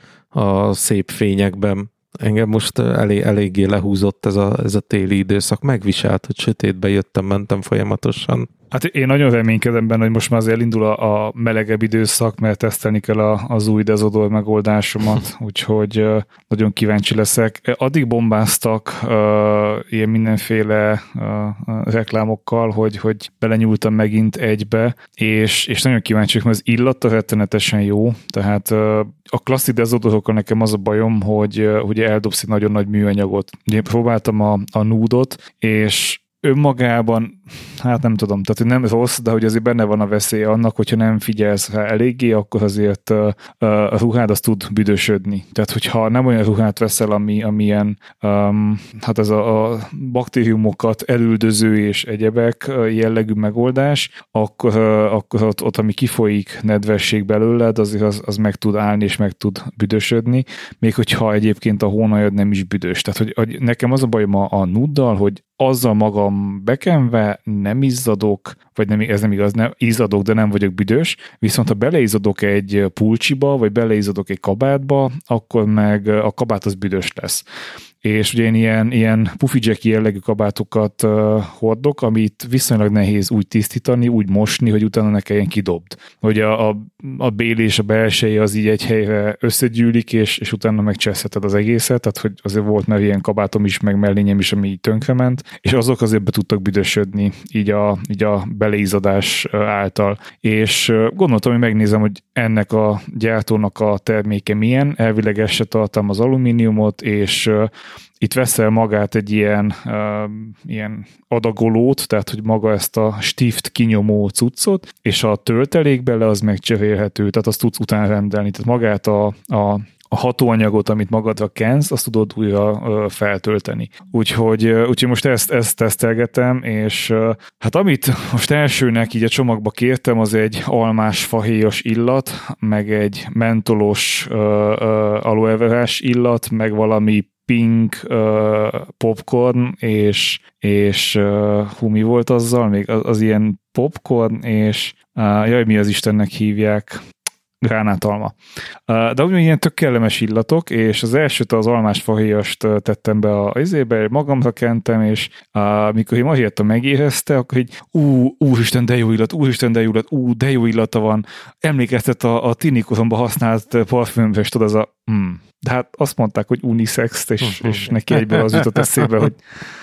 a szép fényekben. Engem most elég, eléggé lehúzott ez a, ez a téli időszak. Megviselt, hogy sötétbe jöttem, mentem folyamatosan. Hát én nagyon reménykedem benne, hogy most már azért elindul a, a melegebb időszak, mert tesztelni kell a, az új Desodor megoldásomat, úgyhogy uh, nagyon kíváncsi leszek. Addig bombáztak uh, ilyen mindenféle uh, reklámokkal, hogy, hogy belenyúltam megint egybe, és, és nagyon kíváncsi, mert az illata rettenetesen jó, tehát uh, a klasszik Desodorokkal nekem az a bajom, hogy uh, ugye eldobsz egy nagyon nagy műanyagot. Ugye próbáltam a, a Nude-ot, és önmagában, hát nem tudom, tehát hogy nem rossz, de hogy azért benne van a veszélye annak, hogyha nem figyelsz rá eléggé, akkor azért uh, a ruhád az tud büdösödni. Tehát, hogyha nem olyan ruhát veszel, ami, amilyen um, hát ez a, a baktériumokat elüldöző és egyebek jellegű megoldás, akkor, uh, akkor ott, ott, ami kifolyik nedvesség belőled, azért az, az meg tud állni és meg tud büdösödni, még hogyha egyébként a hónajad nem is büdös. Tehát, hogy, hogy nekem az a bajom a, a Nude-dal, hogy azzal magam bekenve nem izzadok, vagy nem, ez nem igaz, nem izzadok, de nem vagyok büdös, viszont ha beleizzadok egy pulcsiba, vagy beleizzadok egy kabátba, akkor meg a kabát az büdös lesz. És ugye én ilyen, ilyen puffy jacky jellegű kabátokat uh, hordok, amit viszonylag nehéz úgy tisztítani, úgy mosni, hogy utána ne kelljen kidobd. Hogy a, a, a bél és a belseje az így egy helyre összegyűlik, és, és utána megcseszheted az egészet, tehát hogy azért volt már ilyen kabátom is, meg mellényem is, ami így tönkrement, és azok azért be tudtak büdösödni így a, így a beleízadás által. És gondoltam, hogy megnézem, hogy ennek a gyártónak a terméke milyen, elvileg ez se tartalmaz alumíniumot, és itt veszel magát egy ilyen, uh, ilyen adagolót, tehát hogy maga ezt a stift kinyomó cuccot, és a töltelék bele az megcserélhető, tehát azt tudsz utána rendelni. Tehát magát a, a a hatóanyagot, amit magadra kensz, azt tudod újra uh, feltölteni. Úgyhogy, uh, úgyhogy most ezt, ezt tesztelgetem, és uh, hát amit most elsőnek így a csomagba kértem, az egy almás fahéjas illat, meg egy mentolos uh, uh, aloe verás illat, meg valami pink uh, popcorn, és, és uh, hú, mi volt azzal? Még az, az ilyen popcorn, és uh, jaj, mi az Istennek hívják? Gránátalma. De úgy ilyen tök kellemes illatok, és az elsőt az almás fahéjast tettem be a izébe, magamra kentem, és uh, mikor én Marietta megérezte, akkor így ú, úristen, de jó illat, úristen, de jó illat, ú, de jó illata van. Emlékeztet a, a tinikoromban használt parfümre, és tudod, az a mm. De hát azt mondták, hogy unisex, és, és neki egyből az jutott eszébe, hogy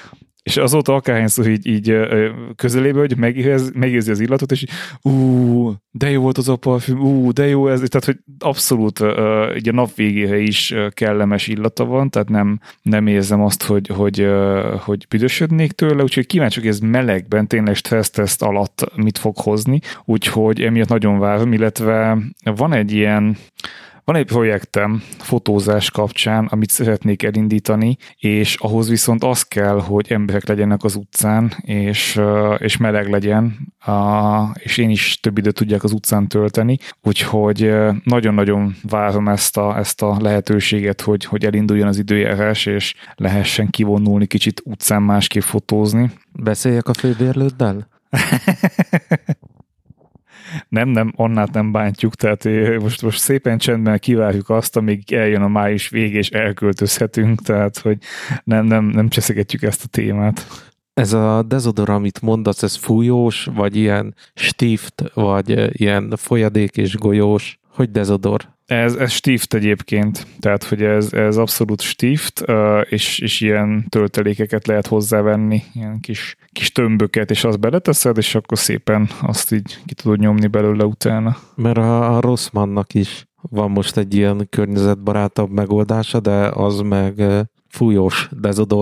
és azóta akárhányszor így, így közelébe, hogy megérez, megérzi az illatot, és ú, de jó volt az a parfüm, ú, de jó ez, tehát hogy abszolút így a nap végére is kellemes illata van, tehát nem, nem érzem azt, hogy, hogy, hogy büdösödnék tőle, úgyhogy kíváncsi, hogy ez melegben, tényleg stresszteszt alatt mit fog hozni, úgyhogy emiatt nagyon várom, illetve van egy ilyen Van egy projektem fotózás kapcsán, amit szeretnék elindítani, és ahhoz viszont az kell, hogy emberek legyenek az utcán, és, és meleg legyen, és én is több időt tudjak az utcán tölteni, úgyhogy nagyon-nagyon várom ezt a, ezt a lehetőséget, hogy, hogy elinduljon az időjárás, és lehessen kivonulni kicsit utcán másképp fotózni. Beszéljek a főbérlőddel? Nem, nem, Annát nem bántjuk, tehát most, most szépen csendben kivárjuk azt, amíg eljön a május vége, és elköltözhetünk, tehát hogy nem, nem, nem cseszegetjük ezt a témát. Ez a Desodor, amit mondasz, ez fújós, vagy ilyen stift, vagy ilyen folyadék és golyós? Hogy Desodor? Ez, ez stift egyébként, tehát hogy ez, ez abszolút stift, és, és ilyen töltelékeket lehet hozzávenni, ilyen kis, kis tömböket, és azt beleteszed, és akkor szépen azt így ki tudod nyomni belőle utána. Mert a, a Rossmannnak is van most egy ilyen környezetbarátabb megoldása, de az meg fújós Desodor.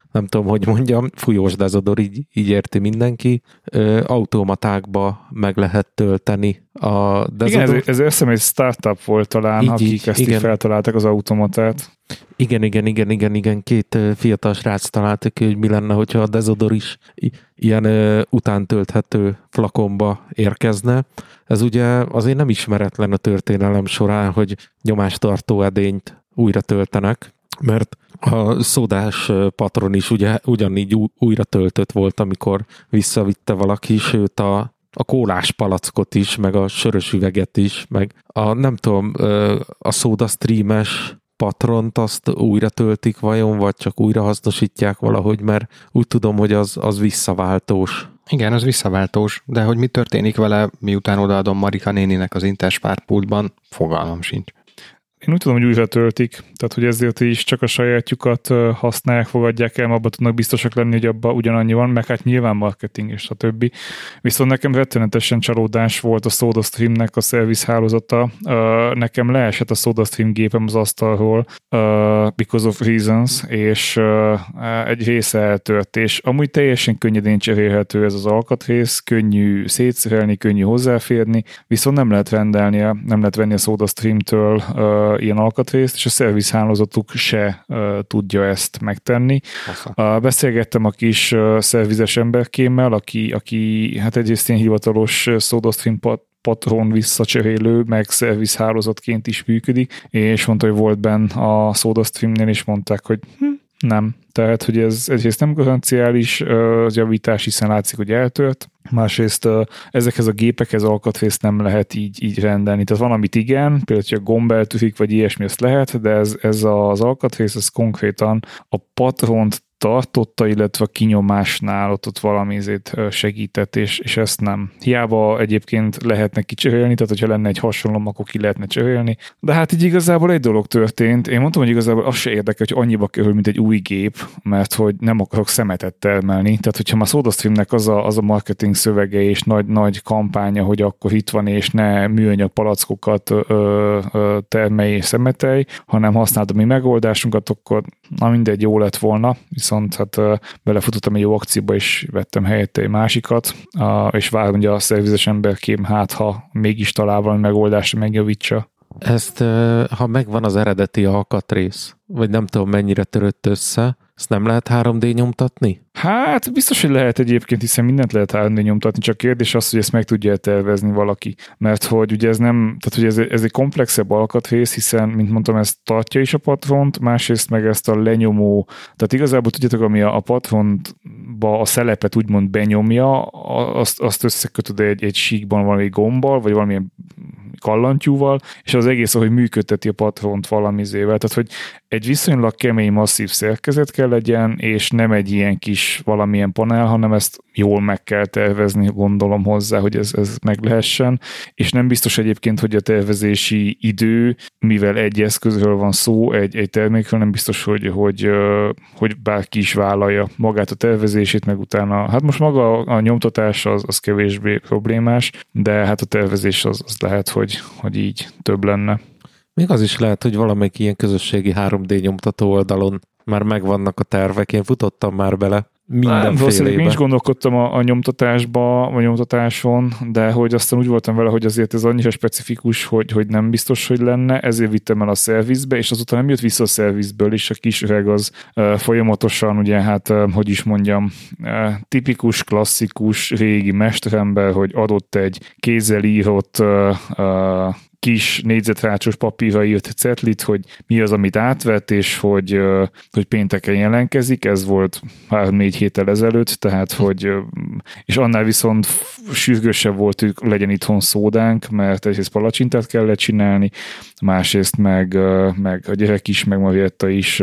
nem tudom, hogy mondjam, fújós dezodor, így, így érti mindenki. Ö, automatákba meg lehet tölteni a dezodor. Igen, ez, ez eszem egy startup volt talán, így, akik így, ezt így feltalálták az automatát. Igen, igen, igen, igen, igen, két fiatal srác találtak ki, hogy mi lenne, hogyha a dezodor is ilyen ö, utántölthető flakonba érkezne. Ez ugye azért nem ismeretlen a történelem során, hogy nyomástartó edényt újra töltenek, mert a szódás patron is ugye ugyanígy újra töltött volt, amikor visszavitte valaki, sőt a, a kólás palackot is, meg a sörös üveget is, meg a nem tudom, a SodaStream-es patront azt újra töltik vajon, vagy csak újra hasznosítják valahogy, mert úgy tudom, hogy az, az visszaváltós. Igen, az visszaváltós, de hogy mi történik vele, miután odaadom Marika néninek az Interspártpultban, fogalmam sincs. Én úgy tudom, hogy újra töltik, tehát hogy ezért is csak a sajátjukat használják, fogadják el, abban tudnak biztosak lenni, hogy abban ugyanannyi van, meg hát nyilván marketing és a többi. Viszont nekem rettenetesen csalódás volt a SodaStreamnek a szervizhálózata. Nekem leesett a SodaStream gépem az asztalról because of reasons, és egy része eltört, és amúgy teljesen könnyedén cserélhető ez az alkatrész, könnyű szétszerelni, könnyű hozzáférni, viszont nem lehet rendelnie, nem lehet venni a SodaStream-től ilyen alkatrészt, és a szervizhálózatuk se uh, tudja ezt megtenni. Uh, beszélgettem a kis uh, szervizes emberkémmel, aki, aki hát egyrészt ilyen hivatalos uh, SodaStream pat, patron visszacserélő, meg szervizhálózatként is működik, és mondta, hogy volt benn a SodaStreamnél, és mondták, hogy hm, nem. Tehát, hogy ez egyrészt nem garanciális uh, javítás, hiszen látszik, hogy eltört. Másrészt uh, ezekhez a gépekhez alkatrészt nem lehet így, így rendelni. Tehát van, amit igen, például, hogy a gomb eltűnik, vagy ilyesmi, ezt lehet, de ez, ez az alkatrész, ez konkrétan a patront tartotta, illetve a kinyomásnál ott, ott valamizét segített, és, és ezt nem. Hiába egyébként lehetne kicserélni, tehát hogyha lenne egy hasonló, akkor ki lehetne cserélni. De hát így igazából egy dolog történt. Én mondtam, hogy igazából az se érdekel, hogy annyiba kerül, mint egy új gép, mert hogy nem akarok szemetet termelni. Tehát, hogyha már SodaStreamnek az a, az a marketing szövege és nagy, nagy kampánya, hogy akkor itt van, és ne műanyag palackokat ö, ö, termelj és szemetelj, hanem használd a mi megoldásunkat, akkor na mindegy, jó lett volna, viszont hát uh, belefutottam egy jó akcióba, és vettem helyette egy másikat, uh, és várom, hogy a szervizes emberkém hát, ha mégis talál valami megoldásra megjavítsa. Ezt, uh, ha megvan az eredeti alkatrész, vagy nem tudom mennyire törött össze, ezt nem lehet három dé nyomtatni? Hát biztos, hogy lehet egyébként, hiszen mindent lehet három dé nyomtatni, csak kérdés az, hogy ezt meg tudja tervezni valaki. Mert hogy ugye ez nem, tehát hogy ez, ez egy komplexebb alkatrész, hiszen, mint mondtam, ez tartja is a patront, másrészt meg ezt a lenyomó, tehát igazából tudjátok, ami a, a patrontba a szelepet úgymond benyomja, azt, azt összekötöd egy, egy síkban valami gombbal, vagy valamilyen kallantyúval, és az egész, ahogy működteti a patront valamizével. Tehát, hogy egy viszonylag kemény, masszív szerkezet kell legyen, és nem egy ilyen kis valamilyen panel, hanem ezt jól meg kell tervezni, gondolom hozzá, hogy ez, ez meg lehessen. És nem biztos egyébként, hogy a tervezési idő, mivel egy eszközről van szó, egy, egy termékről, nem biztos, hogy, hogy, hogy bárki is vállalja magát a tervezését, meg utána, hát most maga a, a nyomtatás az, az kevésbé problémás, de hát a tervezés az, az lehet, hogy, hogy így több lenne. Még az is lehet, hogy valamelyik ilyen közösségi három dé nyomtató oldalon már megvannak a tervek, én futottam már bele mindenfélébe. Én is gondolkodtam a, a nyomtatásba, a nyomtatáson, de hogy aztán úgy voltam vele, hogy azért ez annyira specifikus, hogy, hogy nem biztos, hogy lenne, ezért vittem el a szervizbe, és azután nem jött vissza a szervizből, és a kis öreg az uh, folyamatosan, ugye hát, uh, hogy is mondjam, uh, tipikus, klasszikus, régi mesterember, hogy adott egy kézzel írott uh, uh, kis négyzetrácsos papírra írt cetlit, hogy mi az, amit átvett, és hogy, hogy pénteken jelentkezik, ez volt három-négy héttel ezelőtt, tehát hogy, és annál viszont sürgősebb volt, hogy legyen itthon szódánk, mert egyrészt palacsintát kellett csinálni, másrészt meg, meg a gyerek is, meg Marietta is,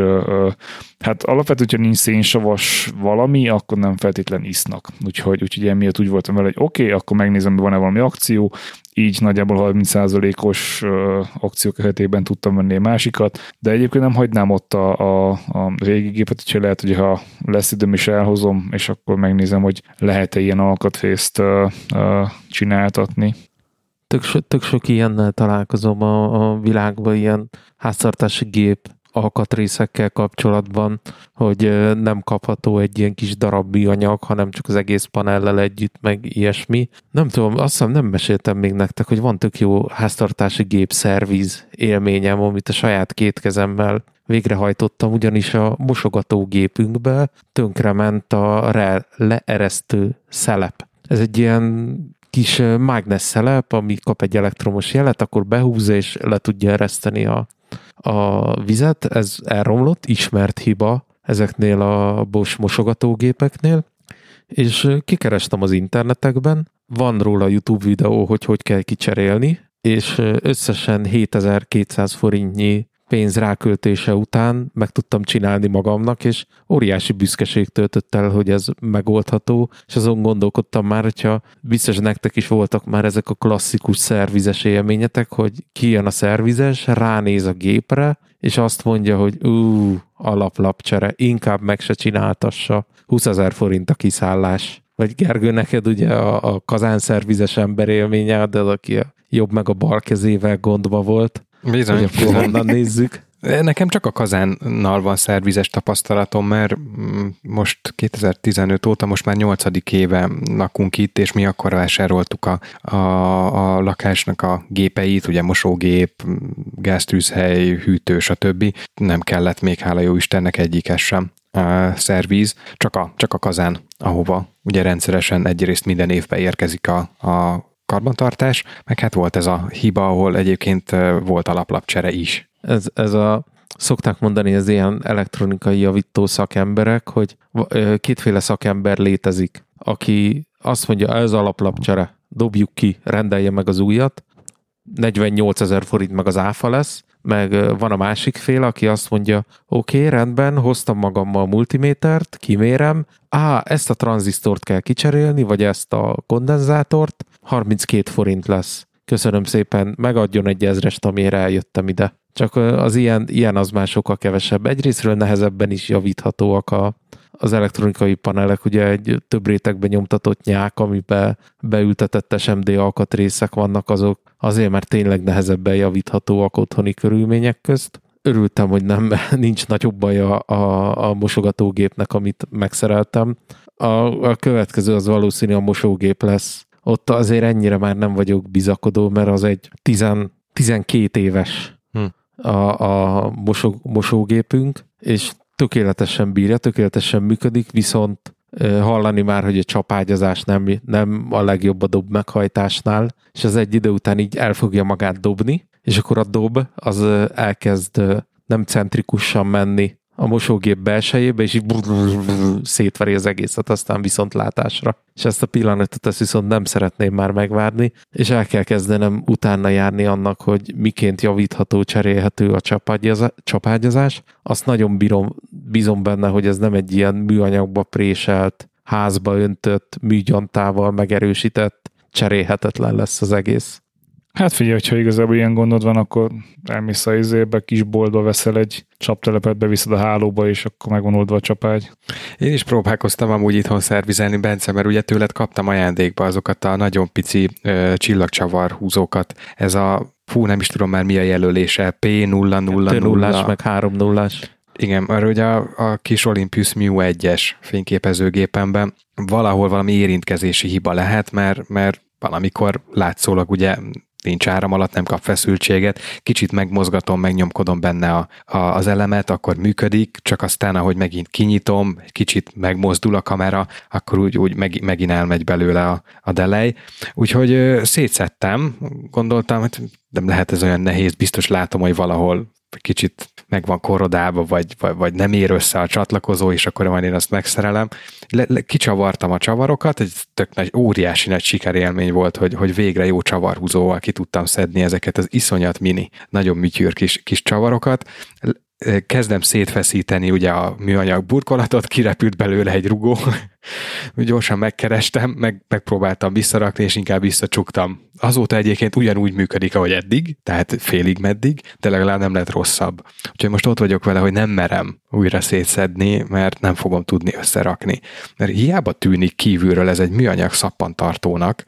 hát alapvetően, hogyha nincs szénsavas valami, akkor nem feltétlen isznak. Úgyhogy, úgyhogy emiatt úgy voltam vele, hogy oké, okay, akkor megnézem, van-e valami akció, így nagyjából harminc százalékos akció keretében tudtam venni a másikat, de egyébként nem hagynám ott a, a, a régi gépet, úgyhogy lehet, hogy ha lesz időm is elhozom, és akkor megnézem, hogy lehet-e ilyen alkatrészt uh, uh, csináltatni. Tök, so, tök sok ilyennel találkozom a, a világban, ilyen háztartási gép alkatrészekkel kapcsolatban, hogy nem kapható egy ilyen kis darab műanyag, hanem csak az egész panellel együtt, meg ilyesmi. Nem tudom, azt hiszem nem meséltem még nektek, hogy van tök jó háztartási gép szerviz élményem, amit a saját két kezemmel végrehajtottam, ugyanis a mosogatógépünkbe tönkrement a re- leeresztő szelep. Ez egy ilyen kis mágnes szelep, ami kap egy elektromos jelet, akkor behúzza és le tudja ereszteni a, a vizet. Ez elromlott, ismert hiba ezeknél a Bosch mosogatógépeknél, és kikerestem az internetekben, van róla YouTube videó, hogy hogy kell kicserélni, és összesen hétezer-kétszáz forintnyi pénz ráköltése után meg tudtam csinálni magamnak, és óriási büszkeség töltött el, hogy ez megoldható, és azon gondolkodtam már, hogyha biztos nektek is voltak már ezek a klasszikus szervizes élményetek, hogy kijön a szervizes, ránéz a gépre, és azt mondja, hogy ú, alaplapcsere, inkább meg se csináltassa, húszezer forint a kiszállás. Vagy Gergő, neked ugye a, a kazánszervizes ember élménye, de az, aki a jobb meg a bal kezével gondba volt. Bizony. Hogy akkor honnan nézzük. Nekem csak a kazánnal van szervizes tapasztalatom, mert most kétezer-tizenöt óta most már nyolcadik éve lakunk itt, és mi akkor vásároltuk a, a, a lakásnak a gépeit, ugye mosógép, gáztűzhely, hűtő, stb. Nem kellett még, hála jó Istennek, egyikes sem a szerviz, csak a, csak a kazán, ahova ugye rendszeresen egyrészt minden évben érkezik a, a karbantartás, meg hát volt ez a hiba, ahol egyébként volt alaplapcsere is. Ez, ez a, szokták mondani az ilyen elektronikai javító szakemberek, hogy kétféle szakember létezik, aki azt mondja, ez alaplapcsere, dobjuk ki, rendelje meg az újat, negyvennyolcezer forint meg az áfa lesz, meg van a másik fél, aki azt mondja, oké, okay, rendben, hoztam magammal a multimétert, kimérem, á, ezt a tranzisztort kell kicserélni, vagy ezt a kondenzátort, harminckét forint lesz. Köszönöm szépen, megadjon egy ezrest, amire eljöttem ide. Csak az ilyen, ilyen az már sokkal kevesebb. Egyrésztről nehezebben is javíthatóak a, az elektronikai panelek, ugye egy több rétegben nyomtatott nyák, amiben beültetett es em dé alkatrészek vannak, azok azért, mert tényleg nehezebben javíthatóak otthoni körülmények közt. Örültem, hogy nem, nincs nagyobb baj a, a, a mosogatógépnek, amit megszereltem. A, a következő az valószínű a mosógép lesz. Ott azért ennyire már nem vagyok bizakodó, mert az egy tizenkét éves hm. a, a mosó, mosógépünk, és tökéletesen bírja, tökéletesen működik, viszont hallani már, hogy a csapágyazás nem, nem a legjobb a dob meghajtásnál, és az egy idő után így el fogja magát dobni, és akkor a dob az elkezd nem centrikusan menni a mosógép belsejébe, és így szétveri az egészet, aztán viszontlátásra. És ezt a pillanatot ezt viszont nem szeretném már megvárni, és el kell kezdenem utána járni annak, hogy miként javítható, cserélhető a csapágyazás. Azt nagyon bírom, bízom benne, hogy ez nem egy ilyen műanyagba préselt, házba öntött, műgyantával megerősített, cserélhetetlen lesz az egész. Hát figyelj, hogyha igazából ilyen gondod van, akkor elmész a izébe, kis boltba veszel egy csaptelepet, beviszed a hálóba, és akkor megvan oldva a csapágy. Én is próbálkoztam amúgy itthon szervizelni, Bence, mert ugye tőled kaptam ajándékba azokat a nagyon pici ö, csillagcsavar húzókat. Ez a, fú, nem is tudom már mi a jelölése, P nulla nulla nulla. meg három nullás. Igen, mert ugye a, a kis Olympus Miu egyes fényképezőgépemben valahol valami érintkezési hiba lehet, mert, mert valamikor látszólag ugye nincs áram alatt, nem kap feszültséget, kicsit megmozgatom, megnyomkodom benne a, a, az elemet, akkor működik, csak aztán, ahogy megint kinyitom, egy kicsit megmozdul a kamera, akkor úgy, úgy meg, megint elmegy belőle a, a delay. Úgyhogy ö, szétszedtem, gondoltam, hogy nem lehet ez olyan nehéz, biztos látom, hogy valahol kicsit meg van korodálva, vagy, vagy, vagy nem ér össze a csatlakozó, és akkor majd én azt megszerelem. Le, le, kicsavartam a csavarokat, egy tök nagy, óriási nagy sikerélmény volt, hogy, hogy végre jó csavarhúzóval ki tudtam szedni ezeket az iszonyat mini, nagyon műtyűr kis, kis csavarokat. Kezdem szétfeszíteni ugye a műanyag burkolatot, kirepült belőle egy rugó, Gyorsan megkerestem, meg, megpróbáltam visszarakni, és inkább visszacsuktam. Azóta egyébként ugyanúgy működik, ahogy eddig, tehát félig meddig, de legalább nem lett rosszabb. Úgyhogy most ott vagyok vele, hogy nem merem újra szétszedni, mert nem fogom tudni összerakni. Mert hiába tűnik kívülről ez egy műanyag szappantartónak,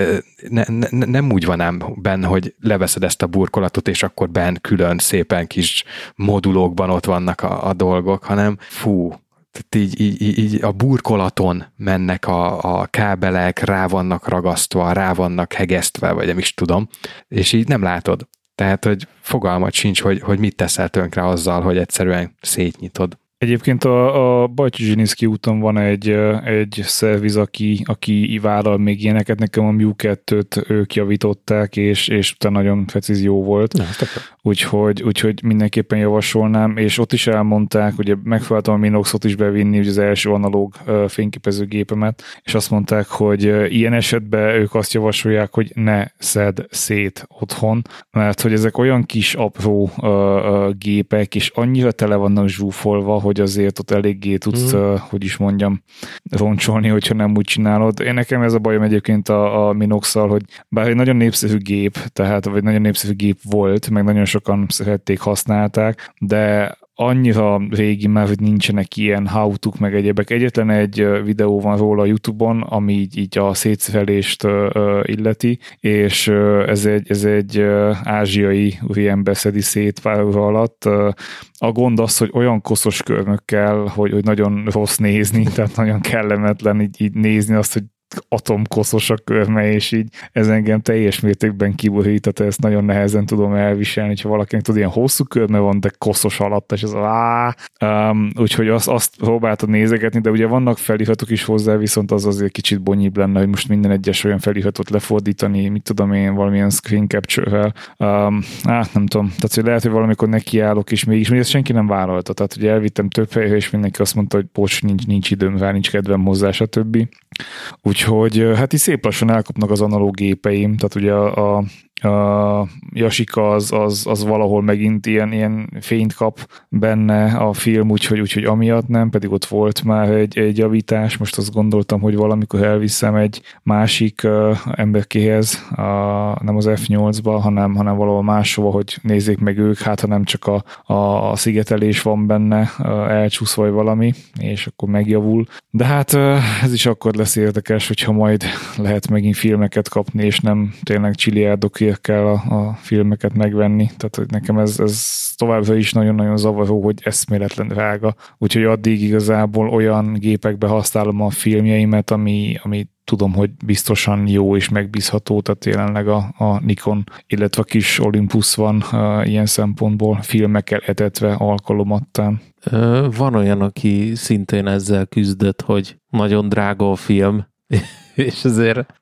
ne, ne, nem úgy van ám benne, hogy leveszed ezt a burkolatot, és akkor benn külön szépen kis modulókban ott vannak a, a dolgok, hanem fú, tehát így, így, így a burkolaton mennek a, a kábelek, rá vannak ragasztva, rá vannak hegesztve, vagy nem is tudom, és így nem látod. Tehát, hogy fogalmat sincs, hogy, hogy mit teszel tönkre azzal, hogy egyszerűen szétnyitod. Egyébként a, a Bajcsy Zsilinszky úton van egy, egy szerviz, aki, aki vállal még ilyeneket, nekem a Miu kettőt ők javították, és, és utána nagyon precízió volt. Na, úgyhogy, úgyhogy mindenképpen javasolnám, és ott is elmondták, ugye megpróbáltam a Minoxot is bevinni, ugye az első analóg fényképezőgépemet, és azt mondták, hogy ilyen esetben ők azt javasolják, hogy ne szedd szét otthon, mert hogy ezek olyan kis apró uh, uh, gépek, és annyira tele vannak zsúfolva, hogy azért ott eléggé tudsz, mm. uh, hogy is mondjam, roncsolni, hogyha nem úgy csinálod. Én nekem ez a bajom egyébként a, a Minox-szal, hogy bár egy nagyon népszerű gép, tehát vagy nagyon népszerű gép volt, meg nagyon sokan szerették, használták, de annyira régi már, hogy nincsenek ilyen how-tuk meg egyébek. Egyetlen egy videó van róla a YouTube-on, ami így, így a szétszerelést uh, illeti, és uh, ez egy, ez egy uh, ázsiai úriember szedi szét pár óra alatt. Uh, a gond az, hogy olyan koszos körmökkel, hogy, hogy nagyon rossz nézni, tehát nagyon kellemetlen így, így nézni azt, hogy atomkoszos a körme, és így ez engem teljes mértékben kiborít, tehát ezt nagyon nehezen tudom elviselni, hogyha valakinek tud, ilyen hosszú körme van, de koszos alatt, és ez á, um, úgyhogy azt, azt próbáltad nézegetni, de ugye vannak feliratok is hozzá, viszont az azért kicsit bonyibb lenne, hogy most minden egyes olyan feliratot lefordítani, mit tudom én, valamilyen screen capture-rel. Um, á, nem tudom, tehát hogy lehet, hogy valamikor nekiállok, és mégis, még ezt senki nem vállalta, tehát ugye elvittem több helyre, és mindenki azt mondta, hogy bocs, nincs, nincs időm rá, nincs kedvem hozzá, stb. Úgyhogy hát így szép lassan elkapnak az analóg gépeim, tehát ugye a, a a Yashica az, az, az valahol megint ilyen, ilyen fényt kap benne a film, úgyhogy, úgyhogy amiatt nem, pedig ott volt már egy, egy javítás, most azt gondoltam, hogy valamikor elviszem egy másik uh, emberkéhez, a, nem az ef nyolcba, hanem, hanem valahol máshova, hogy nézzék meg ők, hát ha nem csak a, a, a szigetelés van benne, uh, elcsúsz vagy valami, és akkor megjavul. De hát uh, ez is akkor lesz érdekes, hogyha majd lehet megint filmeket kapni, és nem tényleg csiliárdokért kell a, a filmeket megvenni, tehát hogy nekem ez, ez továbbra is nagyon-nagyon zavaró, hogy eszméletlen drága, úgyhogy addig igazából olyan gépekbe használom a filmjeimet, ami, ami tudom, hogy biztosan jó és megbízható, tehát jelenleg a, a Nikon, illetve a kis Olympus van uh, ilyen szempontból filmekkel etetve alkalomattán. Van olyan, aki szintén ezzel küzdött, hogy nagyon drága a film, és ezért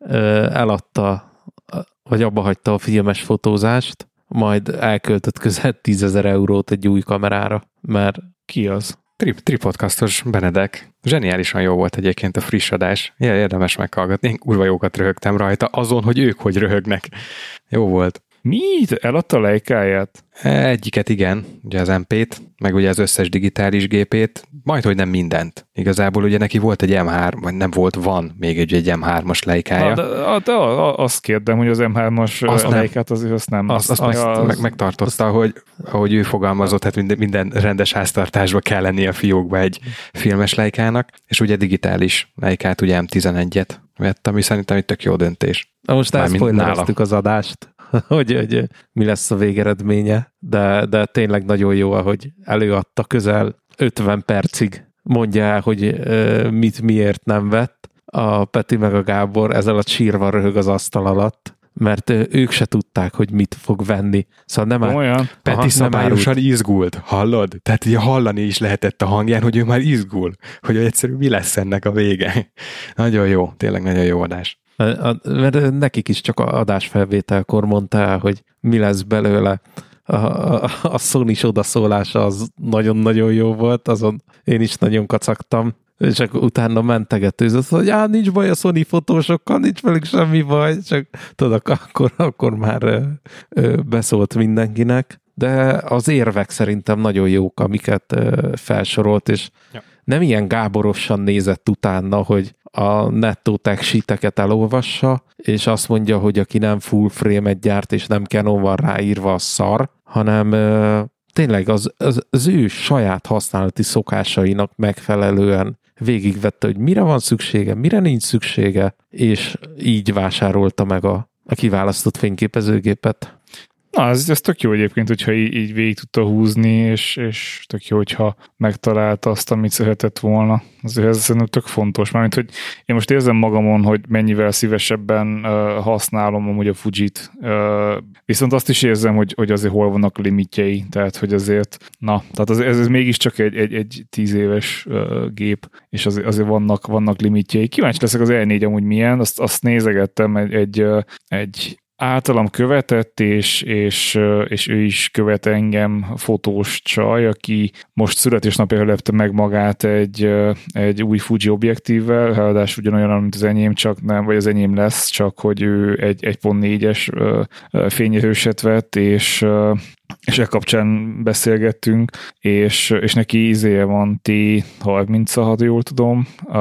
eladta vagy abba hagyta a filmes fotózást, majd elköltött közel tízezer eurót egy új kamerára, mert ki az? Trip, Tripodcastos Benedek. Zseniálisan jó volt egyébként a friss adás. Érdemes meghallgatni. Én kurva jókat röhögtem rajta, azon, hogy ők hogy röhögnek. Jó volt. Mit? Eladta a Leica-ját? Egyiket igen, ugye az em pét, meg ugye az összes digitális gépét, majdhogy nem mindent. Igazából ugye neki volt egy em három, vagy nem volt, van még egy, egy em hármas Leica-ja. De, de, de azt kérdem, hogy az em hármas Leica-t azért azt nem. Azt, azt, azt meg, meg, megtartotta, azt, hogy ahogy ő fogalmazott, hát minden, minden rendes háztartásba kell lennie a fiókba egy filmes Leica-nak, és ugye digitális Leica-t, ugye em tizenegyet vett, ami szerintem egy tök jó döntés. Na most elszpoilereztük az adást. Hogy, hogy mi lesz a végeredménye, de, de tényleg nagyon jó, ahogy előadta közel ötven percig, mondja el, hogy mit miért nem vett. A Peti meg a Gábor ezzel a sírva röhög az asztal alatt, mert ők se tudták, hogy mit fog venni. Szóval nem olyan. Peti szabályosan izgult, hallod? Tehát ugye hallani is lehetett a hangján, hogy ő már izgul, hogy egyszerűen mi lesz ennek a vége. Nagyon jó, tényleg nagyon jó adás. Mert nekik is csak a adásfelvételkor mondta el, hogy mi lesz belőle. A, a, a Sony-s odaszólása az nagyon-nagyon jó volt, azon én is nagyon kacagtam, és akkor utána mentegetőzött, hogy á, nincs baj a Sony fotósokkal, nincs velük semmi baj, csak tudod, akkor, akkor már ö, ö, beszólt mindenkinek, de az érvek szerintem nagyon jók, amiket ö, felsorolt, és ja. nem ilyen Gáborosan nézett utána, hogy a nettó tech sheeteket elolvassa, és azt mondja, hogy aki nem full frame-et gyárt, és nem Canon van ráírva, a szar, hanem ö, tényleg az, az, az ő saját használati szokásainak megfelelően végigvette, hogy mire van szüksége, mire nincs szüksége, és így vásárolta meg a, a kiválasztott fényképezőgépet. Na, ez, ez tök jó egyébként, hogyha így, így végig tudta húzni, és, és tök jó, hogyha megtalálta azt, amit szeretett volna. Azért ez szerintem tök fontos, mármint, hogy én most érzem magamon, hogy mennyivel szívesebben uh, használom amúgy a Fujit, uh, viszont azt is érzem, hogy, hogy azért hol vannak limitjei, tehát, hogy azért, na, tehát az, ez, ez mégiscsak egy, egy, egy tíz éves uh, gép, és azért, azért vannak, vannak limitjei. Kíváncsi leszek az E négy amúgy milyen, azt, azt nézegettem egy, egy, egy általam követett, és, és, és ő is követ engem, fotós csaj, aki most születésnapjára lepte meg magát egy, egy új Fuji objektívvel, ráadásul ugyanolyan, mint az enyém, csak nem, vagy az enyém lesz, csak hogy ő egy egy pont négyes fényerőset vett, és és e kapcsán beszélgettünk, és, és neki izéje van T harminchat, jól tudom, uh,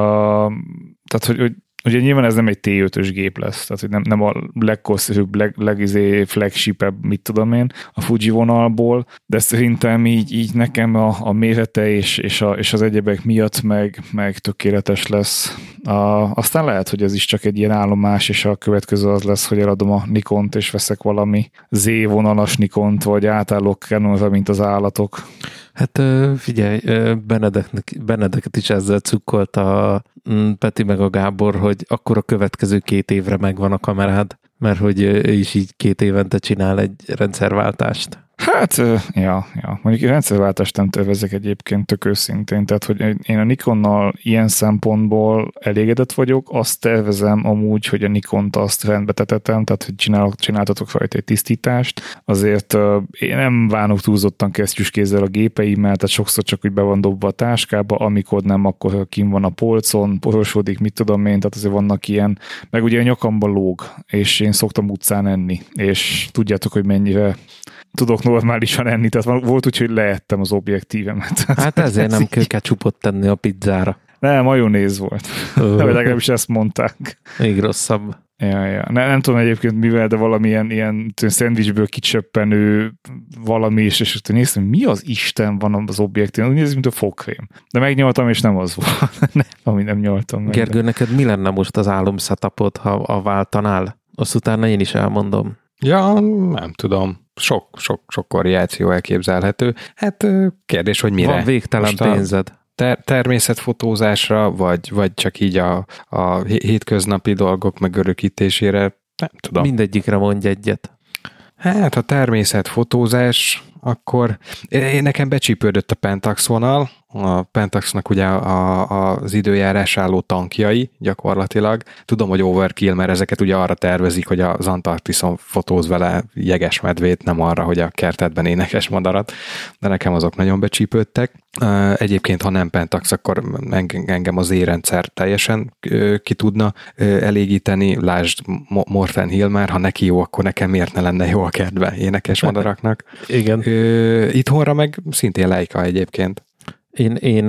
tehát, hogy, hogy ugye nyilván ez nem egy T ötös gép lesz, tehát hogy nem, nem a legkorszerűbb, leg, legizé flagship-ebb, mit tudom én, a Fuji vonalból, de szerintem így, így nekem a, a mérete és, és, a, és az egyebek miatt meg, meg tökéletes lesz. A, aztán lehet, hogy ez is csak egy ilyen állomás, és a következő az lesz, hogy eladom a Nikont, és veszek valami Z vonalas Nikont, vagy átállok Canonra, mint az állatok. Hát figyelj, Benedeket, Benedeket is ezzel cukkolt a Peti meg a Gábor, hogy akkor a következő két évre megvan a kamerád, mert hogy ő is így két évente csinál egy rendszerváltást. Hát, ja, ja. Mondjuk rendszerváltást nem tervezek egyébként tök őszintén, tehát hogy én a Nikonnal ilyen szempontból elégedett vagyok, azt tervezem amúgy, hogy a Nikont azt rendbe tetetem, tehát hogy csinálok, csináltatok rajta egy tisztítást, azért én nem vánok túlzottan kesztyűs kézzel a gépeimmel, tehát sokszor csak úgy be van dobva a táskába, amikor nem, akkor kim van a polcon, porosodik, mit tudom én, tehát azért vannak ilyen, meg ugye a nyakamba lóg, és én szoktam utcán enni, és tudjátok, hogy mennyire tudok normálisan enni, tehát volt úgy, hogy leettem az objektívemet. Hát ezért nem kell ketchupot tenni a pizzára. Nem, majonéz volt. Nem, legalábbis ezt mondták. Még rosszabb. Ja, ja. Ne, nem tudom egyébként mivel, de valamilyen ilyen szendvicsből kicsöppenő valami, és, és néztem, mi az Isten van az objektív, úgy néz, mint a fogkrém. De megnyoltam, és nem az volt. nem, ami nem nyoltam meg. Gergő, neked mi lenne most az álom setupod, ha a váltanál? Azt utána én is elmondom. Ja, nem tudom. Sok, sok, sok variáció elképzelhető. Hát kérdés, hogy mire. Van végtelen pénzed. Ter- természetfotózásra, vagy, vagy csak így a, a hétköznapi dolgok megörökítésére, nem tudom. Mindegyikre mondj egyet. Hát a természetfotózás, akkor én nekem becsípődött a Pentax vonal, a Pentaxnak ugye a, a, az időjárás álló tankjai gyakorlatilag. Tudom, hogy overkill, mert ezeket ugye arra tervezik, hogy az Antarktiszon fotóz vele jegesmedvét, nem arra, hogy a kertedben énekes madarat, de nekem azok nagyon becsípődtek. Egyébként, ha nem Pentax, akkor engem az Z-rendszer teljesen ki tudna elégíteni. Lásd Morten Hill már, ha neki jó, akkor nekem miért ne lenne jó a kertben énekes madaraknak. Igen. Itthonra meg szintén Leica egyébként. Én, én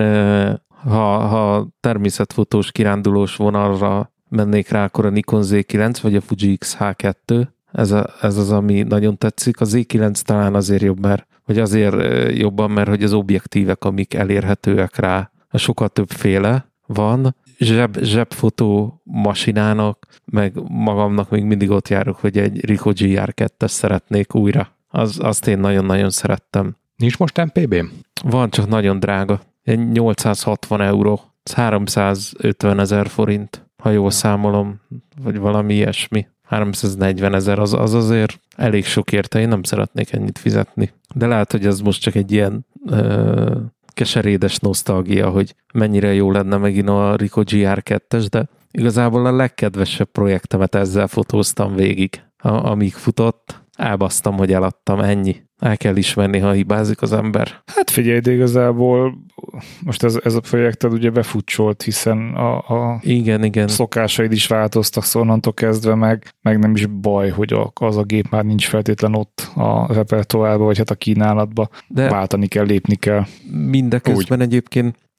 ha, ha természetfotós kirándulós vonalra mennék rá, akkor a Nikon zé kilenc vagy a Fuji iksz há kettő. Ez, a, ez az, ami nagyon tetszik. A zé kilenc talán azért jobb, mert, vagy azért jobban, mert hogy az objektívek, amik elérhetőek rá, sokkal többféle van. Zseb, zsebfotó masinának, meg magamnak még mindig ott járok, hogy egy Ricoh gé er kettes szeretnék újra. Az, azt én nagyon-nagyon szerettem. Nincs most em pé bé? Van, csak nagyon drága. nyolcszázhatvan euró. Ez háromszázötven ezer forint, ha jól számolom, vagy valami ilyesmi. háromszáznegyven ezer, az, az azért elég sok érte, én nem szeretnék ennyit fizetni. De lehet, hogy ez most csak egy ilyen ö, keserédes nosztalgia, hogy mennyire jó lenne megint a Ricoh gé er kettes, de igazából a legkedvesebb projektemet ezzel fotóztam végig, a, amíg futott. Elbasztam, hogy eladtam, ennyi. El kell ismerni, ha hibázik az ember. Hát figyelj, de igazából most ez, ez a projekted ugye befutcsolt, hiszen a, a igen, igen. szokásaid is változtak, szóval onnantól kezdve meg, meg nem is baj, hogy az a gép már nincs feltétlen ott a repertoárban, vagy hát a kínálatban. De váltani kell, lépni kell. Mindeközben úgy. Egyébként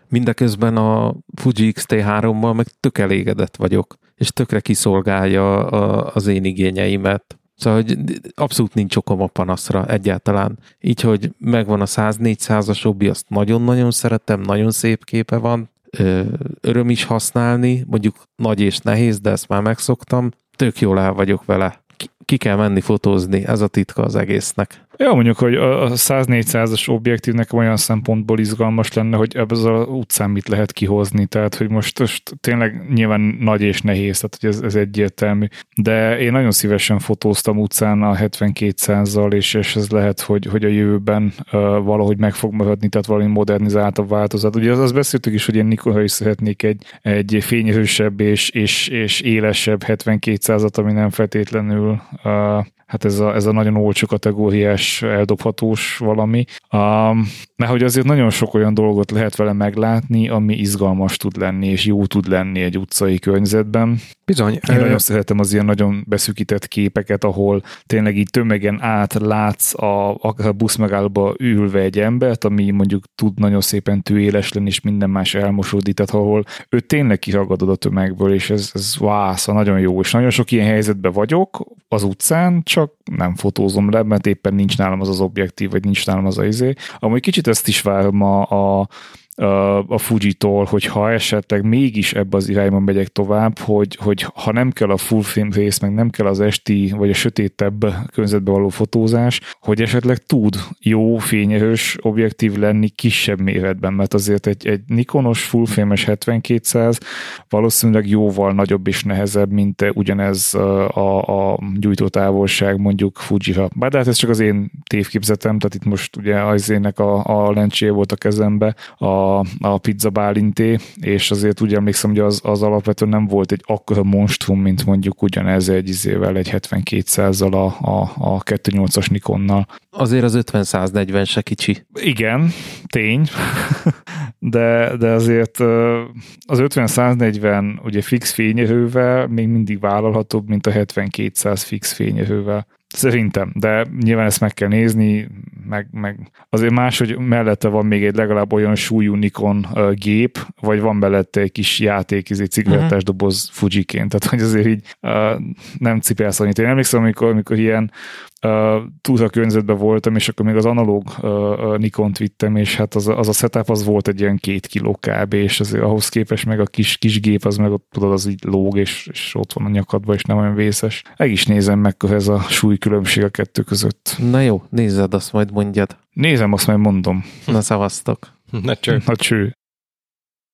Mindeközben a Fuji iksz té hárommal meg tök elégedett vagyok, és tökre kiszolgálja a, az én igényeimet. Szóval, hogy abszolút nincs okom a panaszra egyáltalán. Így, hogy megvan a száz négyszázas obi, azt nagyon-nagyon szeretem, nagyon szép képe van, öröm is használni, mondjuk nagy és nehéz, de ezt már megszoktam. Tök jól el vagyok vele. Ki kell menni fotózni, ez a titka az egésznek. Ja, mondjuk, hogy a száz négyszázas objektív nekem olyan szempontból izgalmas lenne, hogy ebből az utcán mit lehet kihozni, tehát hogy most, most tényleg nyilván nagy és nehéz, tehát hogy ez, ez egyértelmű, de én nagyon szívesen fotóztam utcán a hetven-kétszázzal, és, és ez lehet, hogy, hogy a jövőben uh, valahogy meg fog maradni, tehát valami modernizáltabb változat. Ugye az, azt beszéltük is, hogy én Nikonra is szeretnék egy, egy fényerősebb és, és, és élesebb hetven-kétszázat, ami nem feltétlenül uh, hát ez a, ez a nagyon olcsó kategóriás, eldobhatós valami. Um, mert hogy azért nagyon sok olyan dolgot lehet vele meglátni, ami izgalmas tud lenni, és jó tud lenni egy utcai környezetben. Bizony. Én nagyon szeretem az ilyen nagyon beszűkített képeket, ahol tényleg így tömegen át látsz a, a buszmegállóba ülve egy embert, ami mondjuk tud nagyon szépen tűéles lenni, és minden más elmosódik, tehát ahol ő tényleg kiragadod a tömegből, és ez, ez wow, szóval nagyon jó. És nagyon sok ilyen helyzetben vagyok az utcán, csak nem fotózom le, mert éppen nincs nálam az az objektív, vagy nincs nálam az a izé. Amúgy kicsit ezt is várom a, a a Fuji-tól, hogy ha esetleg mégis ebbe az irányba megyek tovább, hogy, hogy ha nem kell a full film rész, meg nem kell az esti, vagy a sötétebb környezetbe való fotózás, hogy esetleg tud jó fényerős objektív lenni kisebb méretben, mert azért egy, egy Nikonos full filmes hetven-kétszáz valószínűleg jóval nagyobb és nehezebb, mint ugyanez a, a gyújtótávolság mondjuk Fujira. Bár de hát ez csak az én tévképzetem, tehát itt most ugye az ének a, a lencséje volt a kezembe, a a pizza bálinté, és azért úgy emlékszem, hogy az, az alapvetően nem volt egy akkora monstrum, mint mondjuk ugyanez egy izével, egy hetven-kétszázzal a, a, a kettő nyolcas Nikonnal. Azért az ötven száz negyven se kicsi. Igen, tény, de, de azért az ötven száz negyven ugye fix fényerővel még mindig vállalhatóbb, mint a hetven-kétszáz fix fényerővel. Szerintem, de nyilván ezt meg kell nézni, meg, meg azért más, hogy mellette van még egy legalább olyan súlyú Nikon uh, gép, vagy van mellette egy kis játék, egy cigarettás doboz Fujiként, tehát hogy azért így uh, nem cipelsz annyit. Én emlékszem, amikor, amikor ilyen uh, túlra környezetben voltam, és akkor még az analóg uh, Nikont vittem, és hát az, az a setup az volt egy ilyen két kiló kb, és azért ahhoz képest meg a kis, kis gép az meg ott tudod, az így lóg, és, és ott van a nyakadban, és nem olyan vészes. Meg is nézem meg, ez a súly különbség a kettő között. Na jó, nézzed, azt majd mondjad. Nézem, azt majd mondom. Na szavaztok. Na cső. Na cső.